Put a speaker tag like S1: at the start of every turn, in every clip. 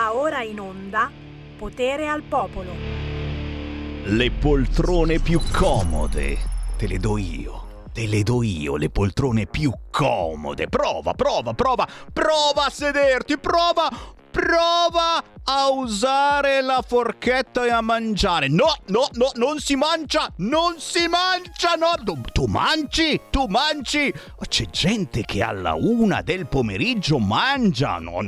S1: Va ora in onda Potere al Popolo.
S2: Le poltrone più comode te le do io, le poltrone più comode. Prova a sederti, prova a usare la forchetta e a mangiare. No, non si mangia, no. Tu mangi. C'è gente che alla 1 del pomeriggio mangia. No.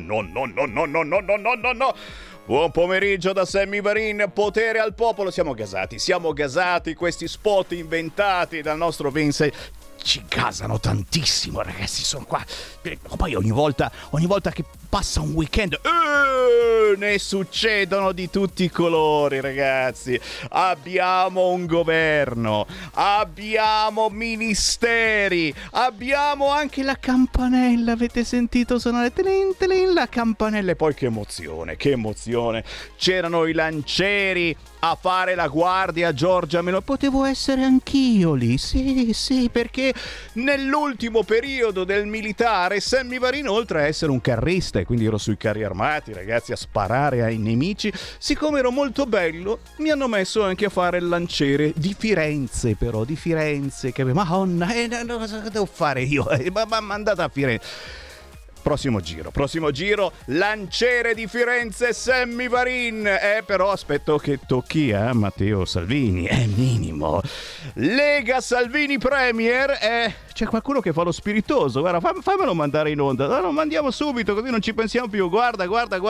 S2: Buon pomeriggio da Sammy Varin, Potere al Popolo. Siamo gasati, questi spot inventati dal nostro Vince ci gasano tantissimo, ragazzi, sono qua. Poi ogni volta che passa un weekend ne succedono di tutti i colori, ragazzi. Abbiamo un governo, abbiamo ministeri, abbiamo anche la campanella. Avete sentito suonare la campanella? E poi che emozione. C'erano i lancieri a fare la guardia a Giorgia Meloni. Potevo essere anch'io lì, sì, perché nell'ultimo periodo del militare Sammy Varin, oltre a essere un carrista, e quindi ero sui carri armati, ragazzi, a sparare ai nemici, siccome ero molto bello mi hanno messo anche a fare il lanciere di Firenze, che madonna, cosa devo fare io? Ma andate a Firenze. Prossimo giro, lanciere di Firenze, Sammy Varin. Però aspetto che tocchi a Matteo Salvini, è minimo. Lega Salvini Premier, c'è qualcuno che fa lo spiritoso. Guarda, fammelo mandare in onda. Lo mandiamo subito, così non ci pensiamo più. Guarda.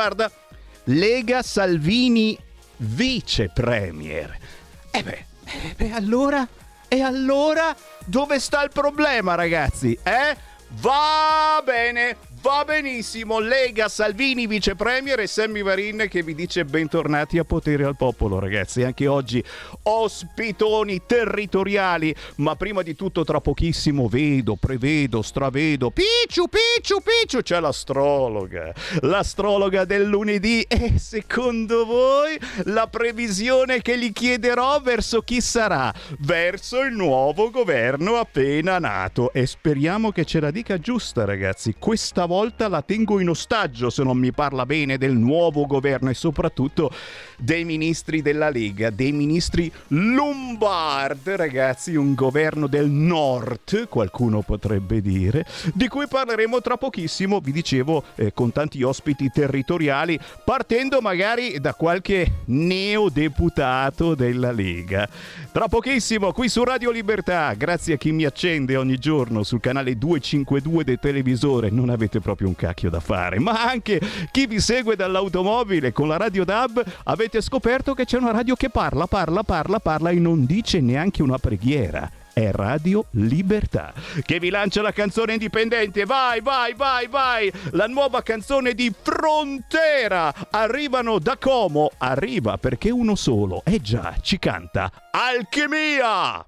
S2: Lega Salvini Vice Premier. Allora dove sta il problema, ragazzi? Va benissimo, Lega Salvini Vice Premier e Sammy Varin che vi dice bentornati a Potere al Popolo, ragazzi. Anche oggi ospitoni territoriali, ma prima di tutto tra pochissimo prevedo, stravedo, Picciu, c'è l'astrologa del lunedì. E secondo voi la previsione che gli chiederò verso chi sarà? Verso il nuovo governo appena nato, e speriamo che ce la dica giusta, ragazzi. Questa volta la tengo in ostaggio se non mi parla bene del nuovo governo e soprattutto dei ministri della Lega, dei ministri Lombard, ragazzi, un governo del nord, qualcuno potrebbe dire, di cui parleremo tra pochissimo, vi dicevo, con tanti ospiti territoriali, partendo magari da qualche neodeputato della Lega. Tra pochissimo qui su Radio Libertà, grazie a chi mi accende ogni giorno sul canale 252 del televisore, non avete proprio un cacchio da fare, ma anche chi vi segue dall'automobile con la radio DAB, avete scoperto che c'è una radio che parla e non dice neanche una preghiera. È Radio Libertà, che vi lancia la canzone indipendente. Vai, la nuova canzone di Frontera. Arrivano da Como, arriva perché uno solo, già, ci canta Alchimia.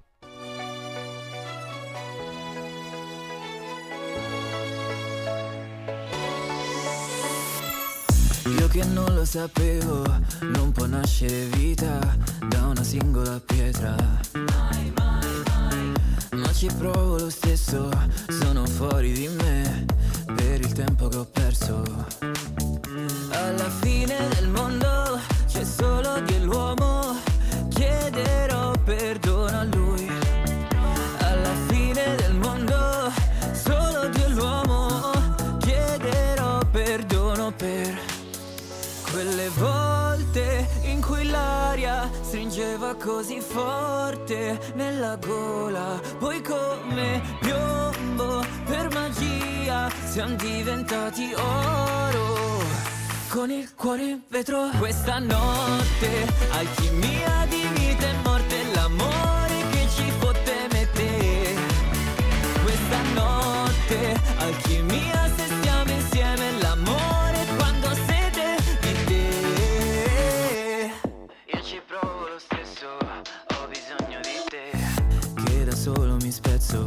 S3: Io che non lo sapevo, non può nascere vita da una singola pietra. Ma ci provo lo stesso, sono fuori di me per il tempo che ho perso. Alla fine del mondo c'è solo Dio e l'uomo, chiederò perdono a lui. Alla fine del mondo solo Dio e l'uomo, chiederò perdono per quelle volte in cui l'aria stringeva così forte nella gola, poi come piombo per magia siamo diventati oro, con il cuore in vetro. Questa notte alchimia di vita e morte, l'amore che ci fotte me e te. Questa notte alchimia se stiamo insieme, l'amore quando sete di te. Io ci provo lo stesso, ho bisogno di te, che da solo mi spezzo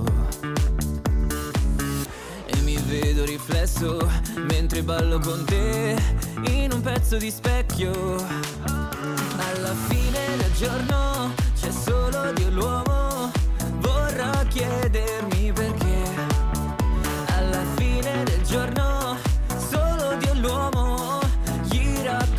S3: e mi vedo riflesso mentre ballo con te in un pezzo di specchio. Alla fine del giorno c'è solo Dio e l'uomo, vorrà chiedermi perché. Alla fine del giorno solo Dio e l'uomo gli racconterò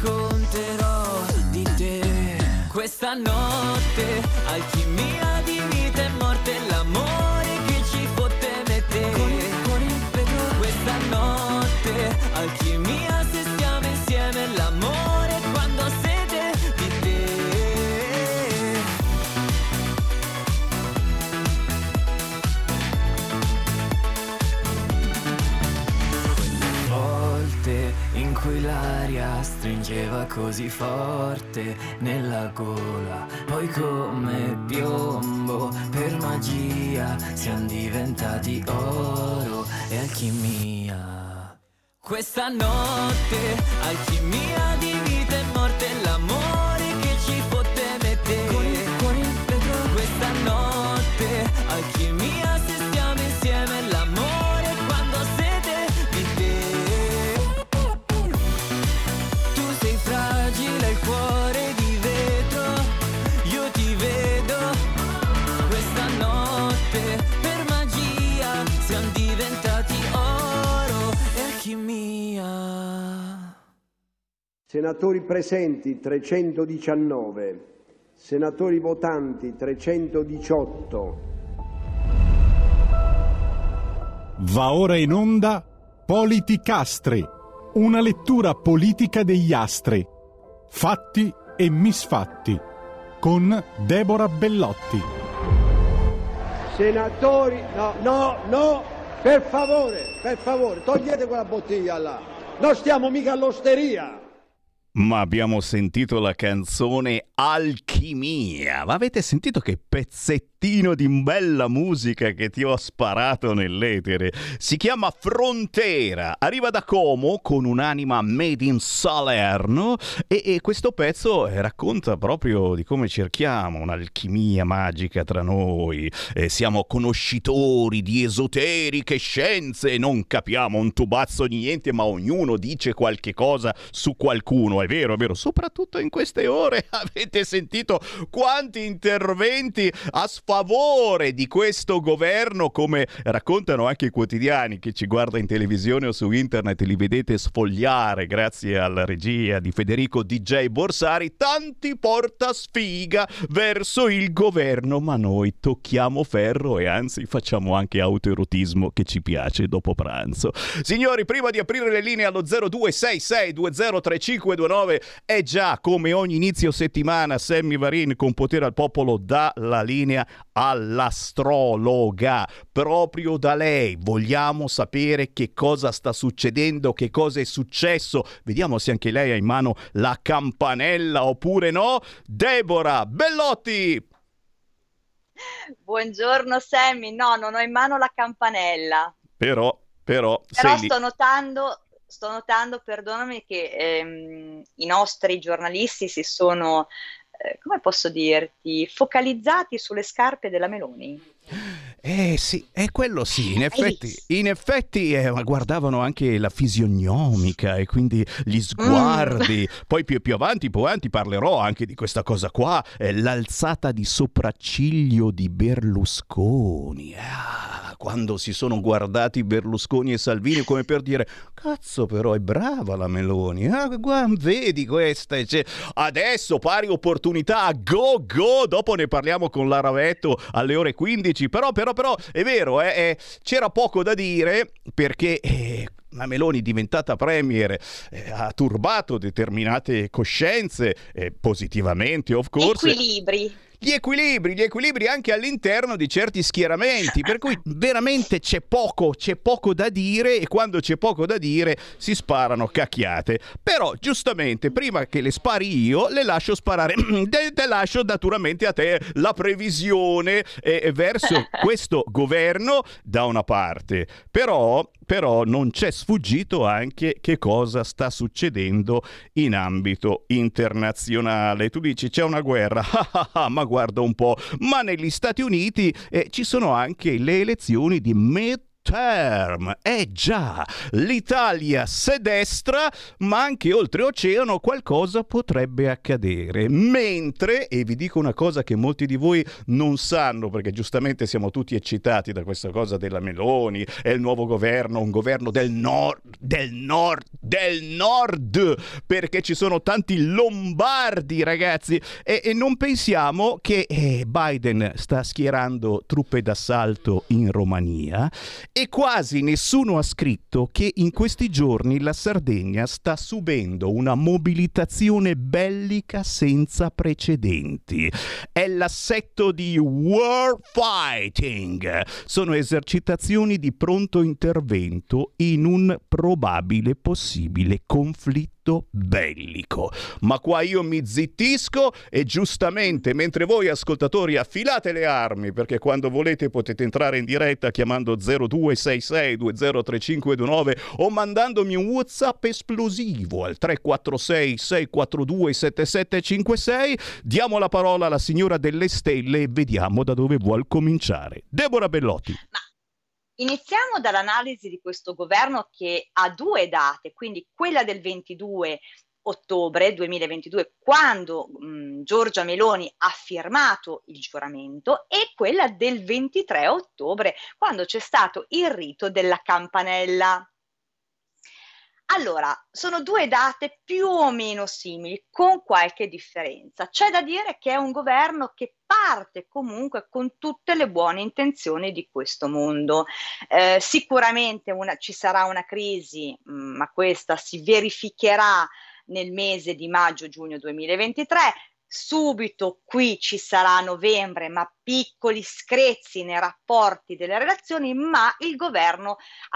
S3: cui l'aria stringeva così forte nella gola. Poi come piombo, per magia, siamo diventati oro e alchimia. Questa notte, alchimia di vita e morte, l'amore che ci fotte mette con il vetro. Questa notte, alchimia se stiamo insieme, l'amore quando ho sete di te. Tu sei fragile, il cuore di vetro, io ti vedo. Questa notte, per magia, siamo diventati oro e alchimia.
S4: Senatori presenti 319, senatori votanti 318.
S5: Va ora in onda Politicastri, una lettura politica degli astri, fatti e misfatti, con Deborah Bellotti.
S4: Senatori, no, per favore, togliete quella bottiglia là. Non stiamo mica all'osteria.
S2: Ma abbiamo sentito la canzone Alchimia. Ma avete sentito che pezzettino di bella musica che ti ho sparato nell'etere? Si chiama Frontera, arriva da Como con un'anima made in Salerno e questo pezzo racconta proprio di come cerchiamo un'alchimia magica tra noi. Siamo conoscitori di esoteriche scienze, non capiamo un tubazzo di niente, ma ognuno dice qualche cosa su qualcuno. È vero, soprattutto in queste ore avete sentito quanti interventi a sfavore di questo governo, come raccontano anche i quotidiani. Chi ci guarda in televisione o su internet li vedete sfogliare grazie alla regia di Federico DJ Borsari, tanti porta sfiga verso il governo, ma noi tocchiamo ferro e anzi facciamo anche autoerotismo che ci piace dopo pranzo. Signori, prima di aprire le linee allo 0266203529, è già come ogni inizio settimana Sammy Varin con Potere al Popolo dà la linea all'astrologa. Proprio da lei vogliamo sapere che cosa sta succedendo, che cosa è successo. Vediamo se anche lei ha in mano la campanella oppure no. Deborah Bellotti.
S6: Buongiorno Sammy, no, non ho in mano la campanella.
S2: Però
S6: sto notando, perdonami, che i nostri giornalisti si sono, come posso dirti, focalizzati sulle scarpe della Meloni.
S2: Sì, è quello sì, in effetti guardavano anche la fisionomica e quindi gli sguardi. Poi più avanti parlerò anche di questa cosa qua, l'alzata di sopracciglio di Berlusconi. Quando si sono guardati Berlusconi e Salvini come per dire: cazzo, però è brava la Meloni, vedi questa, adesso pari opportunità, go, dopo ne parliamo con Lara Vetto alle ore 15, però è vero, c'era poco da dire perché la Meloni diventata premier ha turbato determinate coscienze, positivamente of course. Gli equilibri anche all'interno di certi schieramenti, per cui veramente c'è poco da dire, e quando c'è poco da dire si sparano cacchiate. Però giustamente prima che le spari io le lascio sparare, te lascio naturalmente a te la previsione verso questo governo da una parte, però non c'è sfuggito anche che cosa sta succedendo in ambito internazionale. Tu dici c'è una guerra, ma guarda un po', ma negli Stati Uniti ci sono anche le elezioni di midterm. Già, l'Italia sedestra, ma anche oltreoceano qualcosa potrebbe accadere. Mentre, e vi dico una cosa che molti di voi non sanno, perché giustamente siamo tutti eccitati da questa cosa della Meloni, è il nuovo governo, un governo del nord, perché ci sono tanti lombardi, ragazzi, e non pensiamo che Biden sta schierando truppe d'assalto in Romania. E quasi nessuno ha scritto che in questi giorni la Sardegna sta subendo una mobilitazione bellica senza precedenti. È l'assetto di war fighting. Sono esercitazioni di pronto intervento in un probabile possibile possibile conflitto bellico. Ma qua io mi zittisco e giustamente, mentre voi ascoltatori affilate le armi, perché quando volete potete entrare in diretta chiamando 0266 203529 o mandandomi un WhatsApp esplosivo al 346 642 7756, diamo la parola alla signora delle stelle e vediamo da dove vuol cominciare. Deborah Bellotti.
S6: Ma iniziamo dall'analisi di questo governo che ha due date, quindi quella del 22 ottobre 2022, quando Giorgia Meloni ha firmato il giuramento, e quella del 23 ottobre, quando c'è stato il rito della campanella. Allora, sono due date più o meno simili, con qualche differenza. C'è da dire che è un governo che parte comunque con tutte le buone intenzioni di questo mondo. Sicuramente ci sarà una crisi, ma questa si verificherà nel mese di maggio-giugno 2023. Subito qui ci sarà a novembre, ma piccoli screzi nei rapporti delle relazioni, ma il governo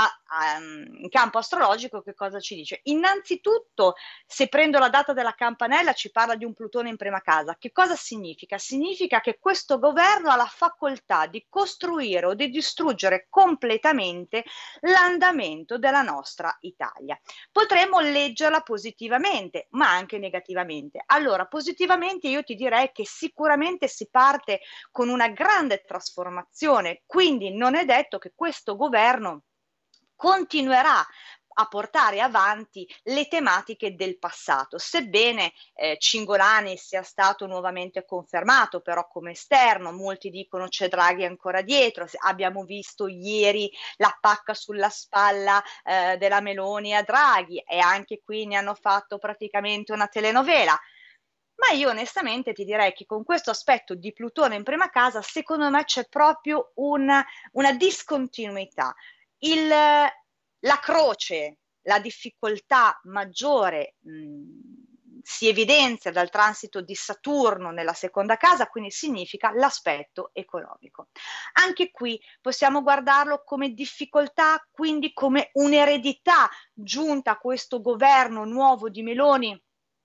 S6: in campo astrologico che cosa ci dice? Innanzitutto, se prendo la data della campanella, ci parla di un Plutone in prima casa. Che cosa significa? Significa che questo governo ha la facoltà di costruire o di distruggere completamente l'andamento della nostra Italia. Potremmo leggerla positivamente, ma anche negativamente. Allora, positivamente io ti direi che sicuramente si parte con una grande trasformazione, quindi non è detto che questo governo continuerà a portare avanti le tematiche del passato, sebbene Cingolani sia stato nuovamente confermato però come esterno. Molti dicono c'è Draghi ancora dietro. Abbiamo visto ieri la pacca sulla spalla della Meloni a Draghi, e anche qui ne hanno fatto praticamente una telenovela. Ma io onestamente ti direi che con questo aspetto di Plutone in prima casa, secondo me c'è proprio una discontinuità. La croce, la difficoltà maggiore si evidenzia dal transito di Saturno nella seconda casa, quindi significa l'aspetto economico. Anche qui possiamo guardarlo come difficoltà, quindi come un'eredità giunta a questo governo nuovo di Meloni,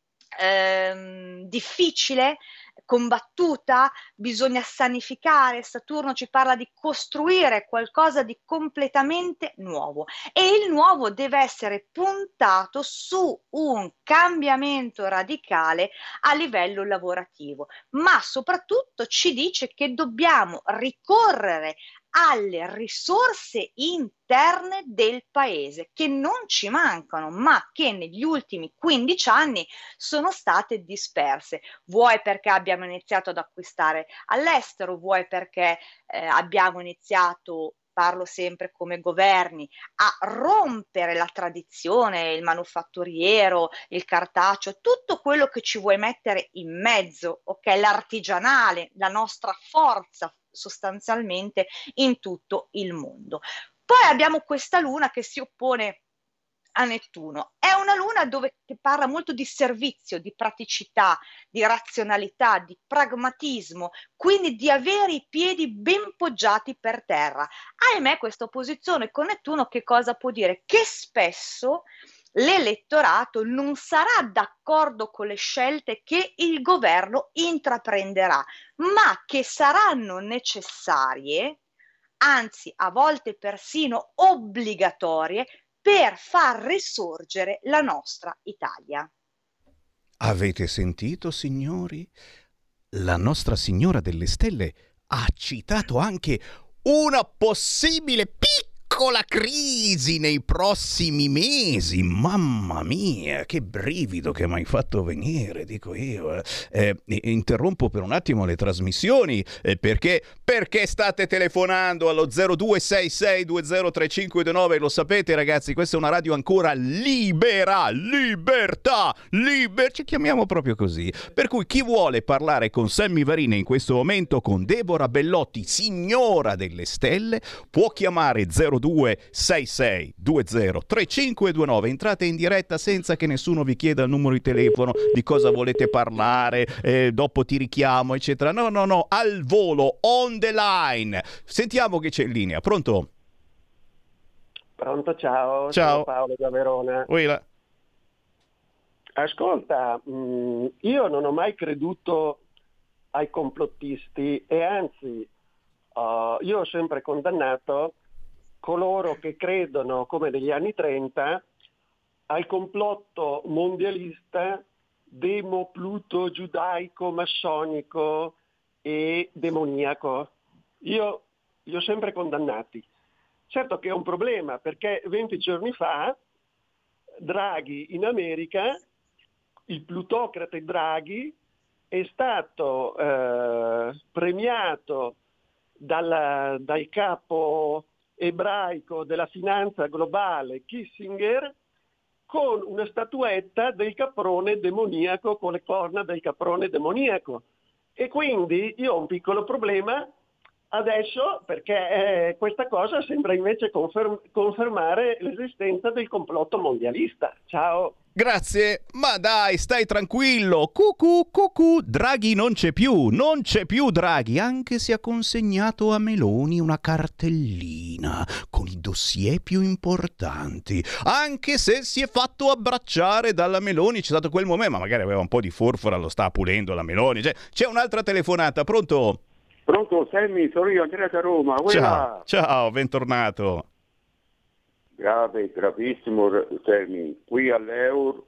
S6: difficile, combattuta, bisogna sanificare. Saturno ci parla di costruire qualcosa di completamente nuovo, e il nuovo deve essere puntato su un cambiamento radicale a livello lavorativo, ma soprattutto ci dice che dobbiamo ricorrere alle risorse interne del paese, che non ci mancano, ma che negli ultimi 15 anni sono state disperse. Vuoi perché abbiamo iniziato ad acquistare all'estero, vuoi perché abbiamo iniziato, parlo sempre come governi, a rompere la tradizione, il manufatturiero, il cartaceo, tutto quello che ci vuoi mettere in mezzo, ok? L'artigianale, la nostra forza sostanzialmente in tutto il mondo. Poi abbiamo questa luna che si oppone a Nettuno. È una luna che parla molto di servizio, di praticità, di razionalità, di pragmatismo, quindi di avere i piedi ben poggiati per terra. Ahimè, questa opposizione con Nettuno che cosa può dire? Che spesso l'elettorato non sarà d'accordo con le scelte che il governo intraprenderà, ma che saranno necessarie, anzi a volte persino obbligatorie, per far risorgere la nostra Italia.
S2: Avete sentito, signori? La Nostra Signora delle Stelle ha citato anche una possibile piccola crisi nei prossimi mesi. Mamma mia, che brivido che mi hai fatto venire, dico io. Interrompo per un attimo le trasmissioni perché state telefonando allo 0266203529. Lo sapete, ragazzi, questa è una radio ancora libera, ci chiamiamo proprio così. Per cui chi vuole parlare con Sammy Varin in questo momento, con Deborah Bellotti, Signora delle Stelle, può chiamare 0266203529. Entrate in diretta senza che nessuno vi chieda il numero di telefono, di cosa volete parlare, dopo ti richiamo, eccetera. No, al volo, on the line. Sentiamo che c'è in linea. Pronto?
S7: Pronto, ciao.
S2: Ciao.
S7: Sono Paolo da Verona.
S4: Ascolta, io non ho mai creduto ai complottisti e anzi io ho sempre condannato coloro che credono, come negli anni 30, al complotto mondialista demo-pluto giudaico, massonico e demoniaco. Io li ho sempre condannati. Certo che è un problema, perché 20 giorni fa Draghi in America, il plutocrate Draghi, è stato premiato dal capo ebraico della finanza globale Kissinger con una statuetta del caprone demoniaco, con le corna del caprone demoniaco. E quindi io ho un piccolo problema adesso, perché questa cosa sembra invece confermare l'esistenza del complotto mondialista. Ciao.
S2: Grazie, ma dai, stai tranquillo. Cucù, Draghi non c'è più Draghi, anche se ha consegnato a Meloni una cartellina con i dossier più importanti, anche se si è fatto abbracciare dalla Meloni. C'è stato quel momento, ma magari aveva un po' di forfora, lo sta pulendo la Meloni. C'è un'altra telefonata, pronto?
S7: Pronto, Sammy, sono io, Andrea da Roma.
S2: Ciao, bentornato.
S7: Gravissimo, Sammy. Qui all'Eur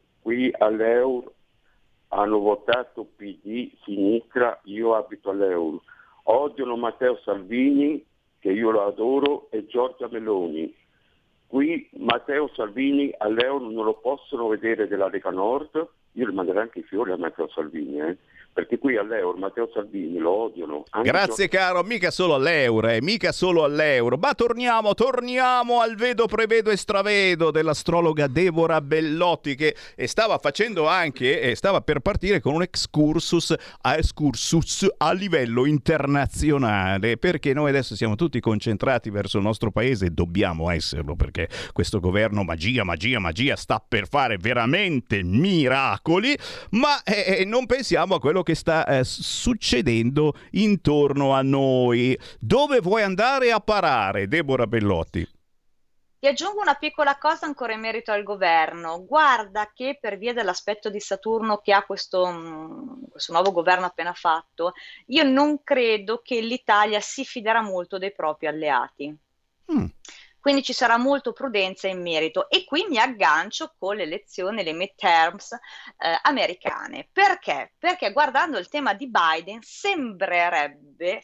S7: hanno votato PD, sinistra, io abito all'Eur. Odiano Matteo Salvini, che io lo adoro, e Giorgia Meloni. Qui Matteo Salvini all'Eur non lo possono vedere della Lega Nord. Io le manderò anche i fiori a Matteo Salvini, perché qui all'Eur Matteo Salvini lo odiano.
S2: Grazie caro, mica solo all'euro. Ma torniamo al vedo, prevedo e stravedo dell'astrologa Deborah Bellotti, che stava per partire con un excursus a livello internazionale, perché noi adesso siamo tutti concentrati verso il nostro paese e dobbiamo esserlo, perché questo governo magia sta per fare veramente miracoli, ma non pensiamo a quello che sta succedendo intorno a noi. Dove vuoi andare a parare, Deborah Bellotti?
S6: Ti aggiungo una piccola cosa ancora in merito al governo. Guarda che per via dell'aspetto di Saturno che ha questo nuovo governo appena fatto, io non credo che l'Italia si fiderà molto dei propri alleati. Quindi ci sarà molto prudenza in merito, e qui mi aggancio con le elezioni, le midterms americane. Perché? Perché guardando il tema di Biden sembrerebbe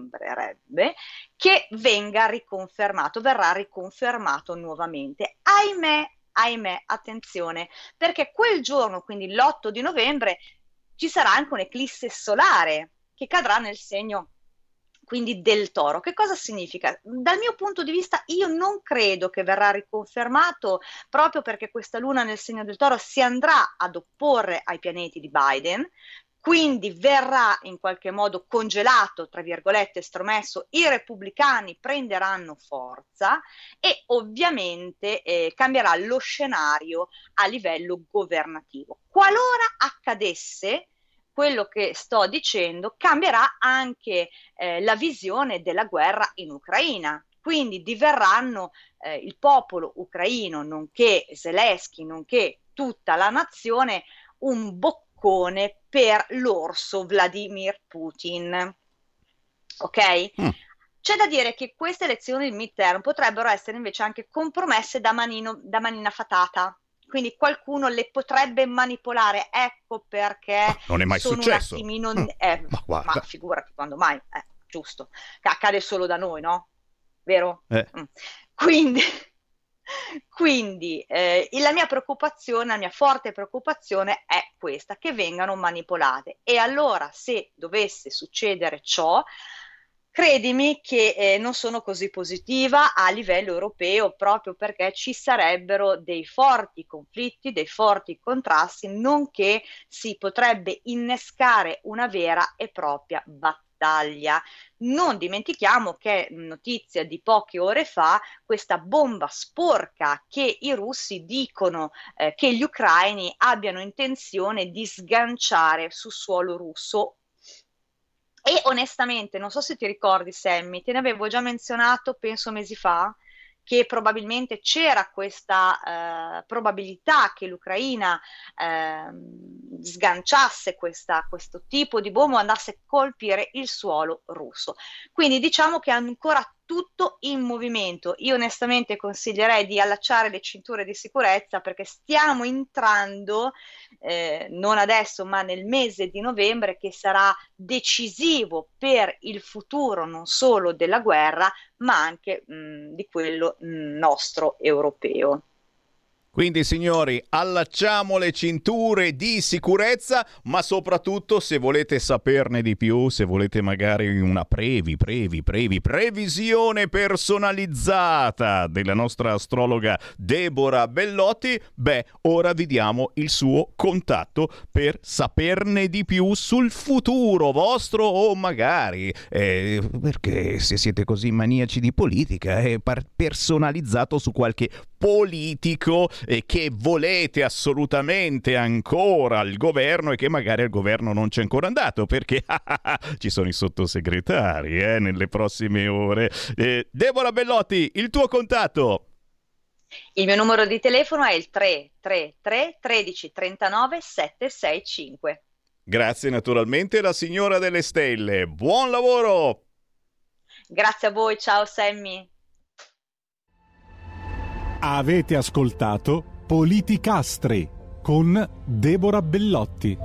S6: che verrà riconfermato nuovamente. Ahimè, attenzione, perché quel giorno, quindi l'8 di novembre, ci sarà anche un'eclisse solare che cadrà nel segno quindi del Toro. Che cosa significa? Dal mio punto di vista io non credo che verrà riconfermato, proprio perché questa luna nel segno del Toro si andrà ad opporre ai pianeti di Biden, quindi verrà in qualche modo congelato, tra virgolette, estromesso, i repubblicani prenderanno forza e ovviamente cambierà lo scenario a livello governativo. Qualora accadesse quello che sto dicendo, cambierà anche la visione della guerra in Ucraina. Quindi diverranno il popolo ucraino, nonché Zelensky, nonché tutta la nazione, un boccone per l'orso Vladimir Putin. Ok? C'è da dire che queste elezioni di midterm potrebbero essere invece anche compromesse da manina fatata. Quindi qualcuno le potrebbe manipolare, ecco perché
S2: non è mai
S6: sono
S2: successo.
S6: un attimino ma figurati quando mai, giusto, accade solo da noi, no? Vero? Quindi la mia preoccupazione, la mia forte preoccupazione è questa, che vengano manipolate. E allora, se dovesse succedere ciò, credimi che non sono così positiva a livello europeo, proprio perché ci sarebbero dei forti conflitti, dei forti contrasti, nonché si potrebbe innescare una vera e propria battaglia. Non dimentichiamo che, notizia di poche ore fa, questa bomba sporca che i russi dicono che gli ucraini abbiano intenzione di sganciare su suolo russo. E onestamente, non so se ti ricordi, Sammy, te ne avevo già menzionato, penso mesi fa, che probabilmente c'era questa probabilità che l'Ucraina sganciasse questo tipo di bomba, andasse a colpire il suolo russo. Quindi diciamo che è ancora tutto in movimento. Io onestamente consiglierei di allacciare le cinture di sicurezza, perché stiamo entrando, non adesso ma nel mese di novembre, che sarà decisivo per il futuro non solo della guerra ma anche di quello nostro europeo.
S2: Quindi signori, allacciamo le cinture di sicurezza, ma soprattutto se volete saperne di più, se volete magari una previsione personalizzata della nostra astrologa Deborah Bellotti, ora vi diamo il suo contatto per saperne di più sul futuro vostro, o magari, perché se siete così maniaci di politica, è personalizzato su qualche politico che volete assolutamente ancora al governo e che magari al governo non c'è ancora andato, perché ci sono i sottosegretari nelle prossime ore. Deborah Bellotti, il tuo contatto?
S6: Il mio numero di telefono è il 333 13 39 765.
S2: Grazie naturalmente, la signora delle stelle. Buon lavoro!
S6: Grazie a voi, ciao Sammy.
S5: Avete ascoltato Politicastri con Deborah Bellotti.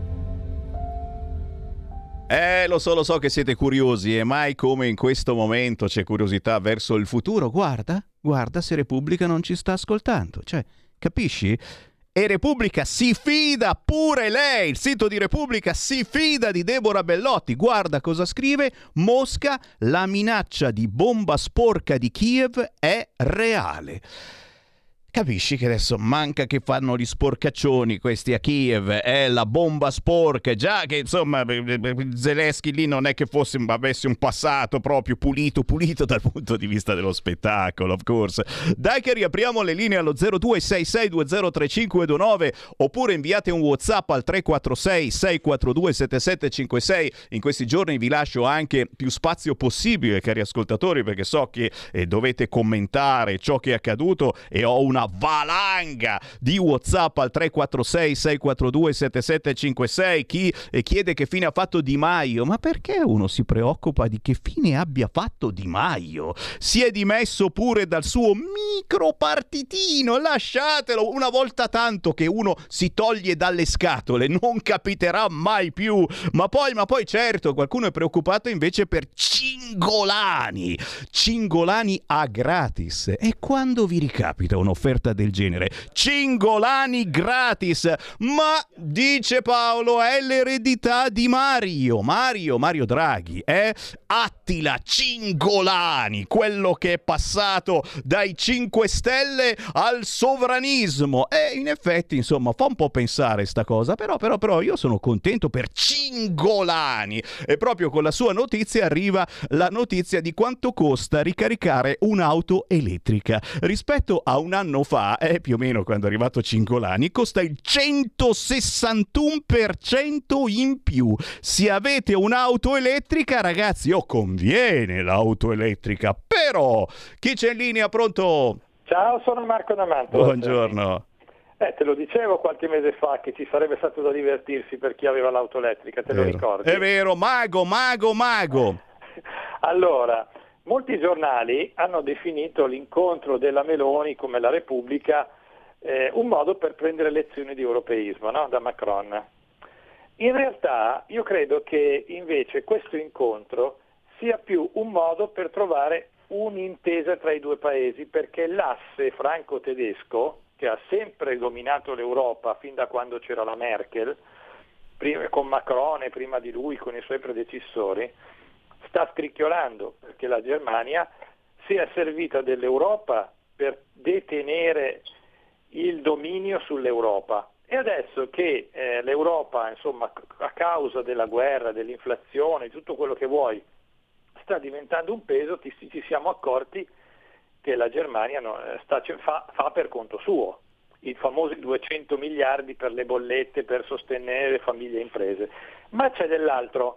S2: Lo so che siete curiosi, e mai come in questo momento c'è curiosità verso il futuro. Guarda se Repubblica non ci sta ascoltando, cioè, capisci? E Repubblica si fida pure lei, il sito di Repubblica si fida di Deborah Bellotti. Guarda cosa scrive: Mosca, la minaccia di bomba sporca di Kiev è reale. Capisci che adesso manca che fanno gli sporcaccioni questi a Kiev, la bomba sporca, già che insomma Zelensky lì non è che avesse un passato proprio pulito dal punto di vista dello spettacolo, of course. Dai che riapriamo le linee allo 0266203529, oppure inviate un WhatsApp al 346 642 7756. In questi giorni vi lascio anche più spazio possibile, cari ascoltatori, perché so che dovete commentare ciò che è accaduto, e ho una valanga di WhatsApp al 346 642 7756. Chi chiede che fine ha fatto Di Maio. Ma perché uno si preoccupa di che fine abbia fatto Di Maio? Si è dimesso pure dal suo micro partitino, lasciatelo. Una volta tanto che uno si toglie dalle scatole non capiterà mai più. Ma poi certo, qualcuno è preoccupato invece per Cingolani a gratis. E quando vi ricapita un'offerta del genere? Cingolani gratis. Ma dice Paolo, è l'eredità di Mario Draghi, Attila Cingolani, quello che è passato dai 5 Stelle al sovranismo. E in effetti insomma fa un po' pensare sta cosa, però io sono contento per Cingolani. E proprio con la sua notizia arriva la notizia di quanto costa ricaricare un'auto elettrica. Rispetto a un anno fa, più o meno quando è arrivato Cingolani, costa il 161% in più. Se avete un'auto elettrica, ragazzi, conviene l'auto elettrica. Però chi c'è in linea? Pronto?
S8: Ciao, sono Marco D'Amato.
S2: Buongiorno.
S8: Te lo dicevo qualche mese fa che ci sarebbe stato da divertirsi per chi aveva l'auto elettrica, te lo ricordi?
S2: È vero, mago.
S8: Allora, molti giornali hanno definito l'incontro della Meloni come la Repubblica un modo per prendere lezioni di europeismo, no? Da Macron. In realtà io credo che invece questo incontro sia più un modo per trovare un'intesa tra i due paesi, perché l'asse franco-tedesco, che ha sempre dominato l'Europa fin da quando c'era la Merkel, prima con Macron e prima di lui con i suoi predecessori, sta scricchiolando, perché la Germania si è servita dell'Europa per detenere il dominio sull'Europa. E adesso che l'Europa, insomma, a causa della guerra, dell'inflazione, tutto quello che vuoi, sta diventando un peso, ci siamo accorti che la Germania fa per conto suo i famosi 200 miliardi per le bollette, per sostenere le famiglie e imprese. Ma c'è dell'altro.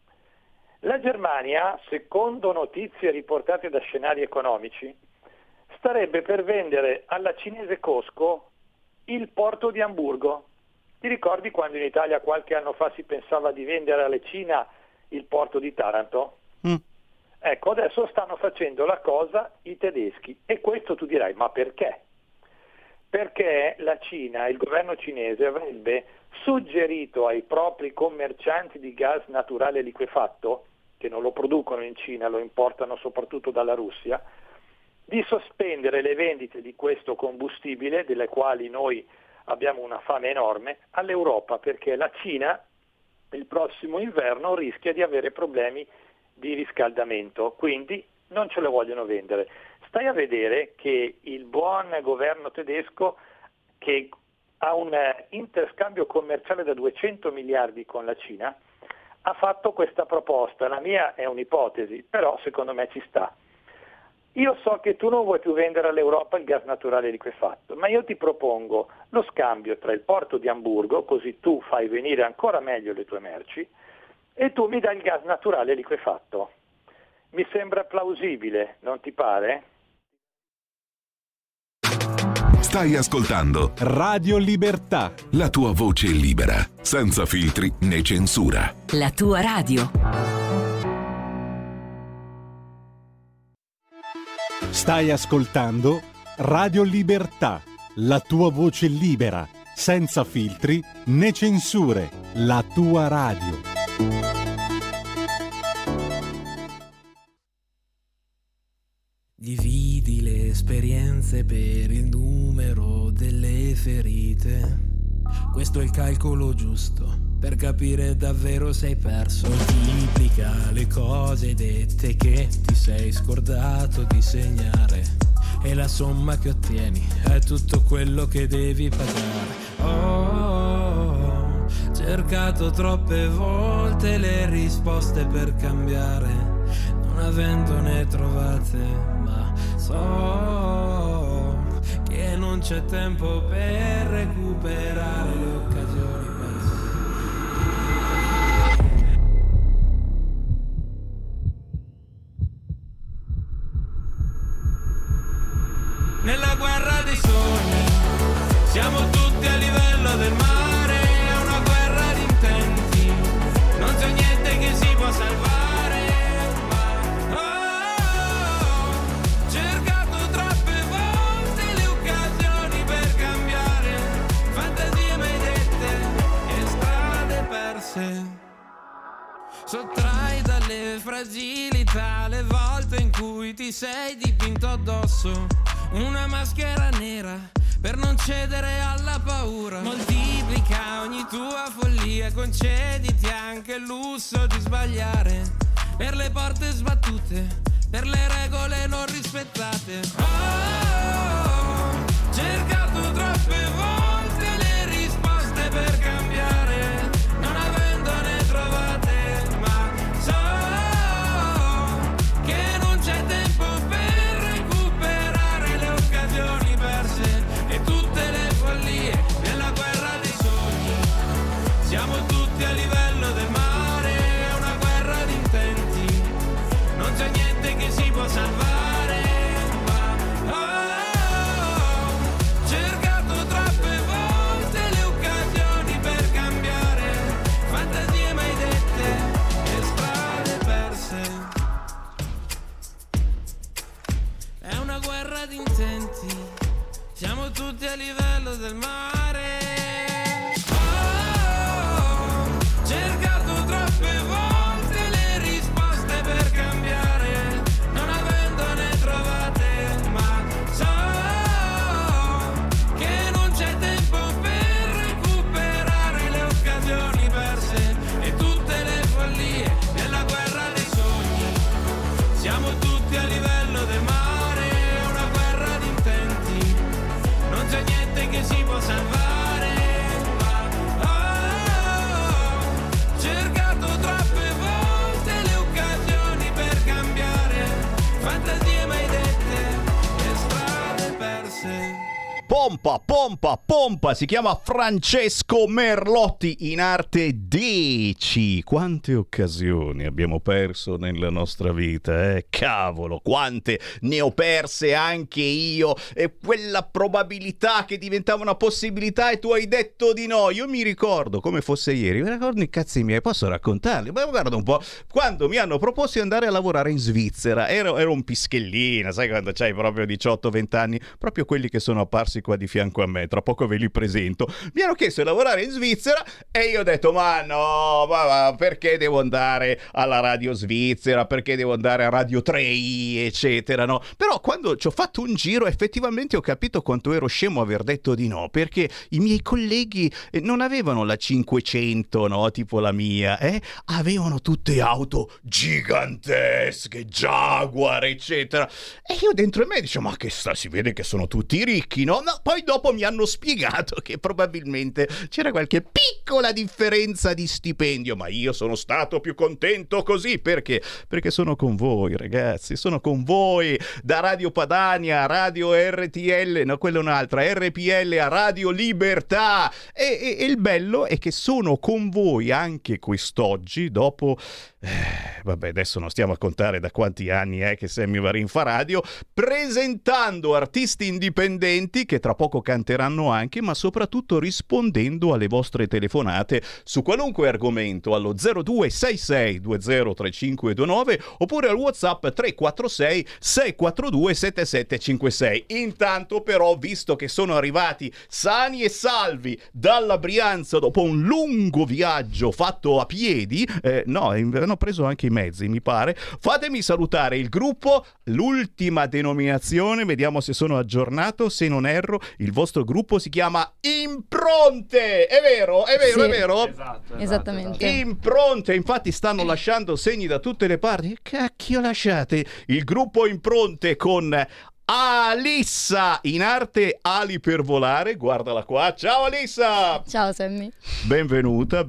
S8: La Germania, secondo notizie riportate da scenari economici, starebbe per vendere alla cinese Costco il porto di Amburgo. Ti ricordi quando in Italia qualche anno fa si pensava di vendere alla Cina il porto di Taranto? Ecco, adesso stanno facendo la cosa i tedeschi, e questo tu dirai, ma perché? Perché la Cina, il governo cinese, avrebbe suggerito ai propri commercianti di gas naturale liquefatto, che non lo producono in Cina, lo importano soprattutto dalla Russia, di sospendere le vendite di questo combustibile, delle quali noi abbiamo una fame enorme, all'Europa, perché la Cina il prossimo inverno rischia di avere problemi di riscaldamento, quindi non ce le vogliono vendere. Stai a vedere che il buon governo tedesco, che ha un interscambio commerciale da 200 miliardi con la Cina, ha fatto questa proposta. La mia è un'ipotesi, però secondo me ci sta. Io so che tu non vuoi più vendere all'Europa il gas naturale liquefatto, ma io ti propongo lo scambio tra il porto di Amburgo, così tu fai venire ancora meglio le tue merci, e tu mi dai il gas naturale liquefatto. Mi sembra plausibile, non ti pare?
S9: Stai ascoltando
S5: Radio Libertà,
S9: la tua voce libera, senza filtri né censura.
S10: La tua radio.
S5: Stai ascoltando Radio Libertà, la tua voce libera, senza filtri né censure. La tua radio.
S3: Dividi le esperienze per il numero delle ferite. Questo è il calcolo giusto per capire davvero se hai perso. Moltiplica le cose dette che ti sei scordato di segnare, e la somma che ottieni è tutto quello che devi pagare. Ho cercato troppe volte le risposte per cambiare, non avendone trovate, ma so che non c'è tempo per recuperare le occasioni perse. Nella guerra dei sogni siamo tutti a livello del mare, è una guerra di intenti, non c'è niente che si può salvare. Sottrai dalle fragilità le volte in cui ti sei dipinto addosso una maschera nera per non cedere alla paura. Moltiplica ogni tua follia, concediti anche il lusso di sbagliare, per le porte sbattute, per le regole non rispettate. Ho cercato troppe volte le risposte per cambiare, non avendone trovate, ma so che non c'è tempo per recuperare le occasioni perse e tutte le follie nella guerra dei sogni. Siamo tutti a livello del mare, è una guerra di intenti, non c'è niente che si può salvare, ma ho cercato troppe volte
S2: pompa, si chiama Francesco Merlotti, in arte Dici. Quante occasioni abbiamo perso nella nostra vita, cavolo, quante ne ho perse anche io, e quella probabilità che diventava una possibilità e tu hai detto di no. Io mi ricordo come fosse ieri, mi ricordo i cazzi miei, posso raccontarli? Ma guarda un po', quando mi hanno proposto di andare a lavorare in Svizzera, ero un pischellina, sai, quando c'hai proprio 18-20 anni, proprio quelli che sono apparsi qua di fianco a me, tra poco ve li presento. Mi hanno chiesto di lavorare in Svizzera e io ho detto ma no, ma perché devo andare alla radio svizzera, perché devo andare a Radio 3i, eccetera, no? Però quando ci ho fatto un giro effettivamente ho capito quanto ero scemo aver detto di no, perché i miei colleghi non avevano la 500, no, tipo la mia, avevano tutte auto gigantesche, Jaguar, eccetera, e io dentro di me dicevo ma che sta, si vede che sono tutti ricchi, no? No, poi dopo mi hanno spiegato che probabilmente c'era qualche piccola differenza di stipendio, ma io sono stato più contento così, perché sono con voi, ragazzi, sono con voi da Radio Padania a Radio RTL, no, quella è un'altra, RPL a Radio Libertà, e il bello è che sono con voi anche quest'oggi dopo vabbè, adesso non stiamo a contare da quanti anni è che Sammy Varin fa radio, presentando artisti indipendenti che tra poco canteranno anche, ma soprattutto rispondendo alle vostre telefonate su qualunque argomento allo 0266203529 oppure al WhatsApp 346 642 7756. Intanto però, visto che sono arrivati sani e salvi dalla Brianza dopo un lungo viaggio fatto a piedi, hanno preso anche i mezzi, mi pare. Fatemi salutare il gruppo, l'ultima denominazione, vediamo se sono aggiornato, se non erro, il vostro gruppo si chiama Impronte, è vero? Sì. È vero?
S10: Esatto. Esattamente.
S2: Impronte, infatti stanno lasciando segni da tutte le parti. Che cacchio lasciate? Il gruppo Impronte con Alissa, in arte Ali per volare, guardala qua. Ciao Alissa!
S10: Ciao Sammy.
S2: Benvenuta.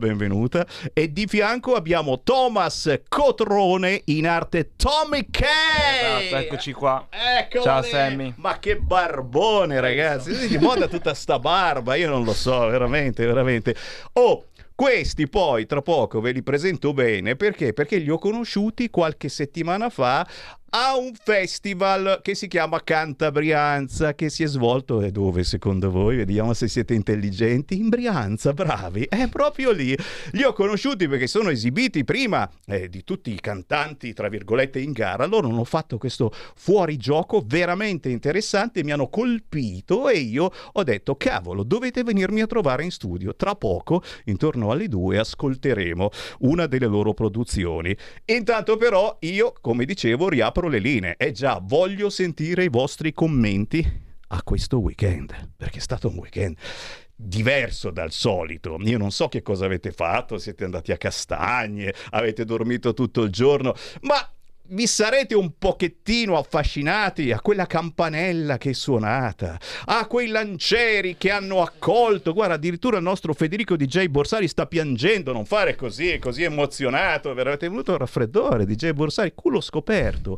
S2: E di fianco abbiamo Thomas Cotrone, in arte Tommy K.
S11: Esatto, eccoci qua.
S2: Eccole.
S11: Ciao Sammy.
S2: Ma che barbone, ragazzi. Di moda tutta sta barba, io non lo so, veramente. Oh, questi poi tra poco ve li presento bene, perché li ho conosciuti qualche settimana fa a un festival che si chiama Canta Brianza, che si è svolto, e dove secondo voi? Vediamo se siete intelligenti. In Brianza, bravi, è proprio lì. Li ho conosciuti perché sono esibiti prima di tutti i cantanti tra virgolette in gara. Loro hanno fatto questo fuorigioco veramente interessante, mi hanno colpito e io ho detto cavolo, dovete venirmi a trovare in studio. Tra poco, intorno alle 2, ascolteremo una delle loro produzioni. Intanto però io, come dicevo, riapro le linee. Già, voglio sentire i vostri commenti a questo weekend, perché è stato un weekend diverso dal solito. Io non so che cosa avete fatto, siete andati a castagne, avete dormito tutto il giorno, ma vi sarete un pochettino affascinati a quella campanella che è suonata, a quei lancieri che hanno accolto. Guarda, addirittura il nostro Federico DJ Borsari sta piangendo. Non fare così, così emozionato. Veramente venuto un raffreddore, DJ Borsari. Culo scoperto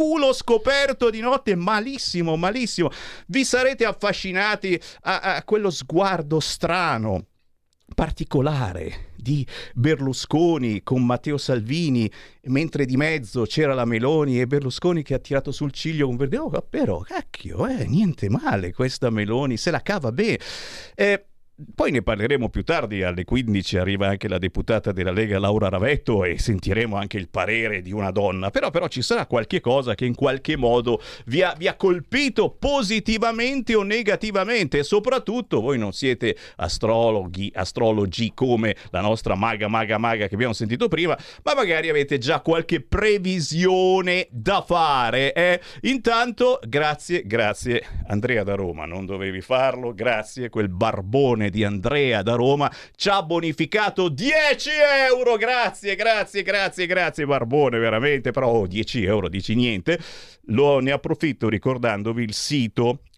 S2: di notte, malissimo. Vi sarete affascinati a quello sguardo strano, particolare di Berlusconi con Matteo Salvini, mentre di mezzo c'era la Meloni e Berlusconi che ha tirato sul ciglio con Verde. Però cacchio, niente male questa Meloni, se la cava bene. Poi ne parleremo più tardi, alle 15 arriva anche la deputata della Lega Laura Ravetto e sentiremo anche il parere di una donna, però ci sarà qualche cosa che in qualche modo vi ha colpito positivamente o negativamente, e soprattutto voi non siete astrologi come la nostra maga che abbiamo sentito prima, ma magari avete già qualche previsione da fare. Intanto grazie Andrea da Roma, non dovevi farlo, grazie, quel barbone di Andrea da Roma ci ha bonificato 10 euro, grazie barbone, veramente. Però 10 euro dici niente. Ne approfitto ricordandovi il sito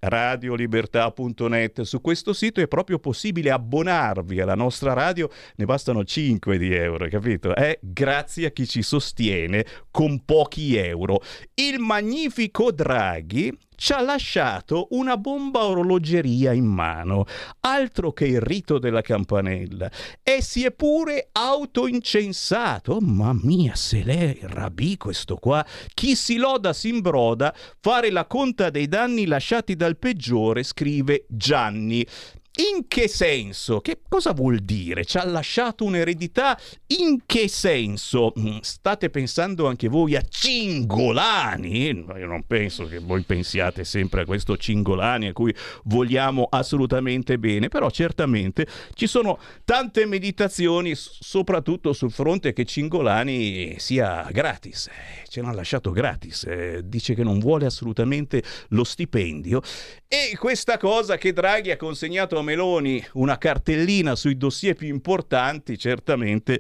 S2: radiolibertà.net. Su questo sito è proprio possibile abbonarvi alla nostra radio, ne bastano 5 di euro, capito? Grazie a chi ci sostiene con pochi euro. Il magnifico Draghi ci ha lasciato una bomba orologeria in mano, altro che il rito della campanella, e si è pure autoincensato. Oh, mamma mia, se l'è rabì questo qua. Chi si loda si imbroda, fare la conta dei danni lasciati dal peggiore, scrive Gianni. In che senso? Che cosa vuol dire? Ci ha lasciato un'eredità? In che senso? State pensando anche voi a Cingolani? Io non penso che voi pensiate sempre a questo Cingolani a cui vogliamo assolutamente bene, però certamente ci sono tante meditazioni, soprattutto sul fronte che Cingolani sia gratis. Ce l'ha lasciato gratis, dice che non vuole assolutamente lo stipendio, e questa cosa che Draghi ha consegnato a Meloni, una cartellina sui dossier più importanti, certamente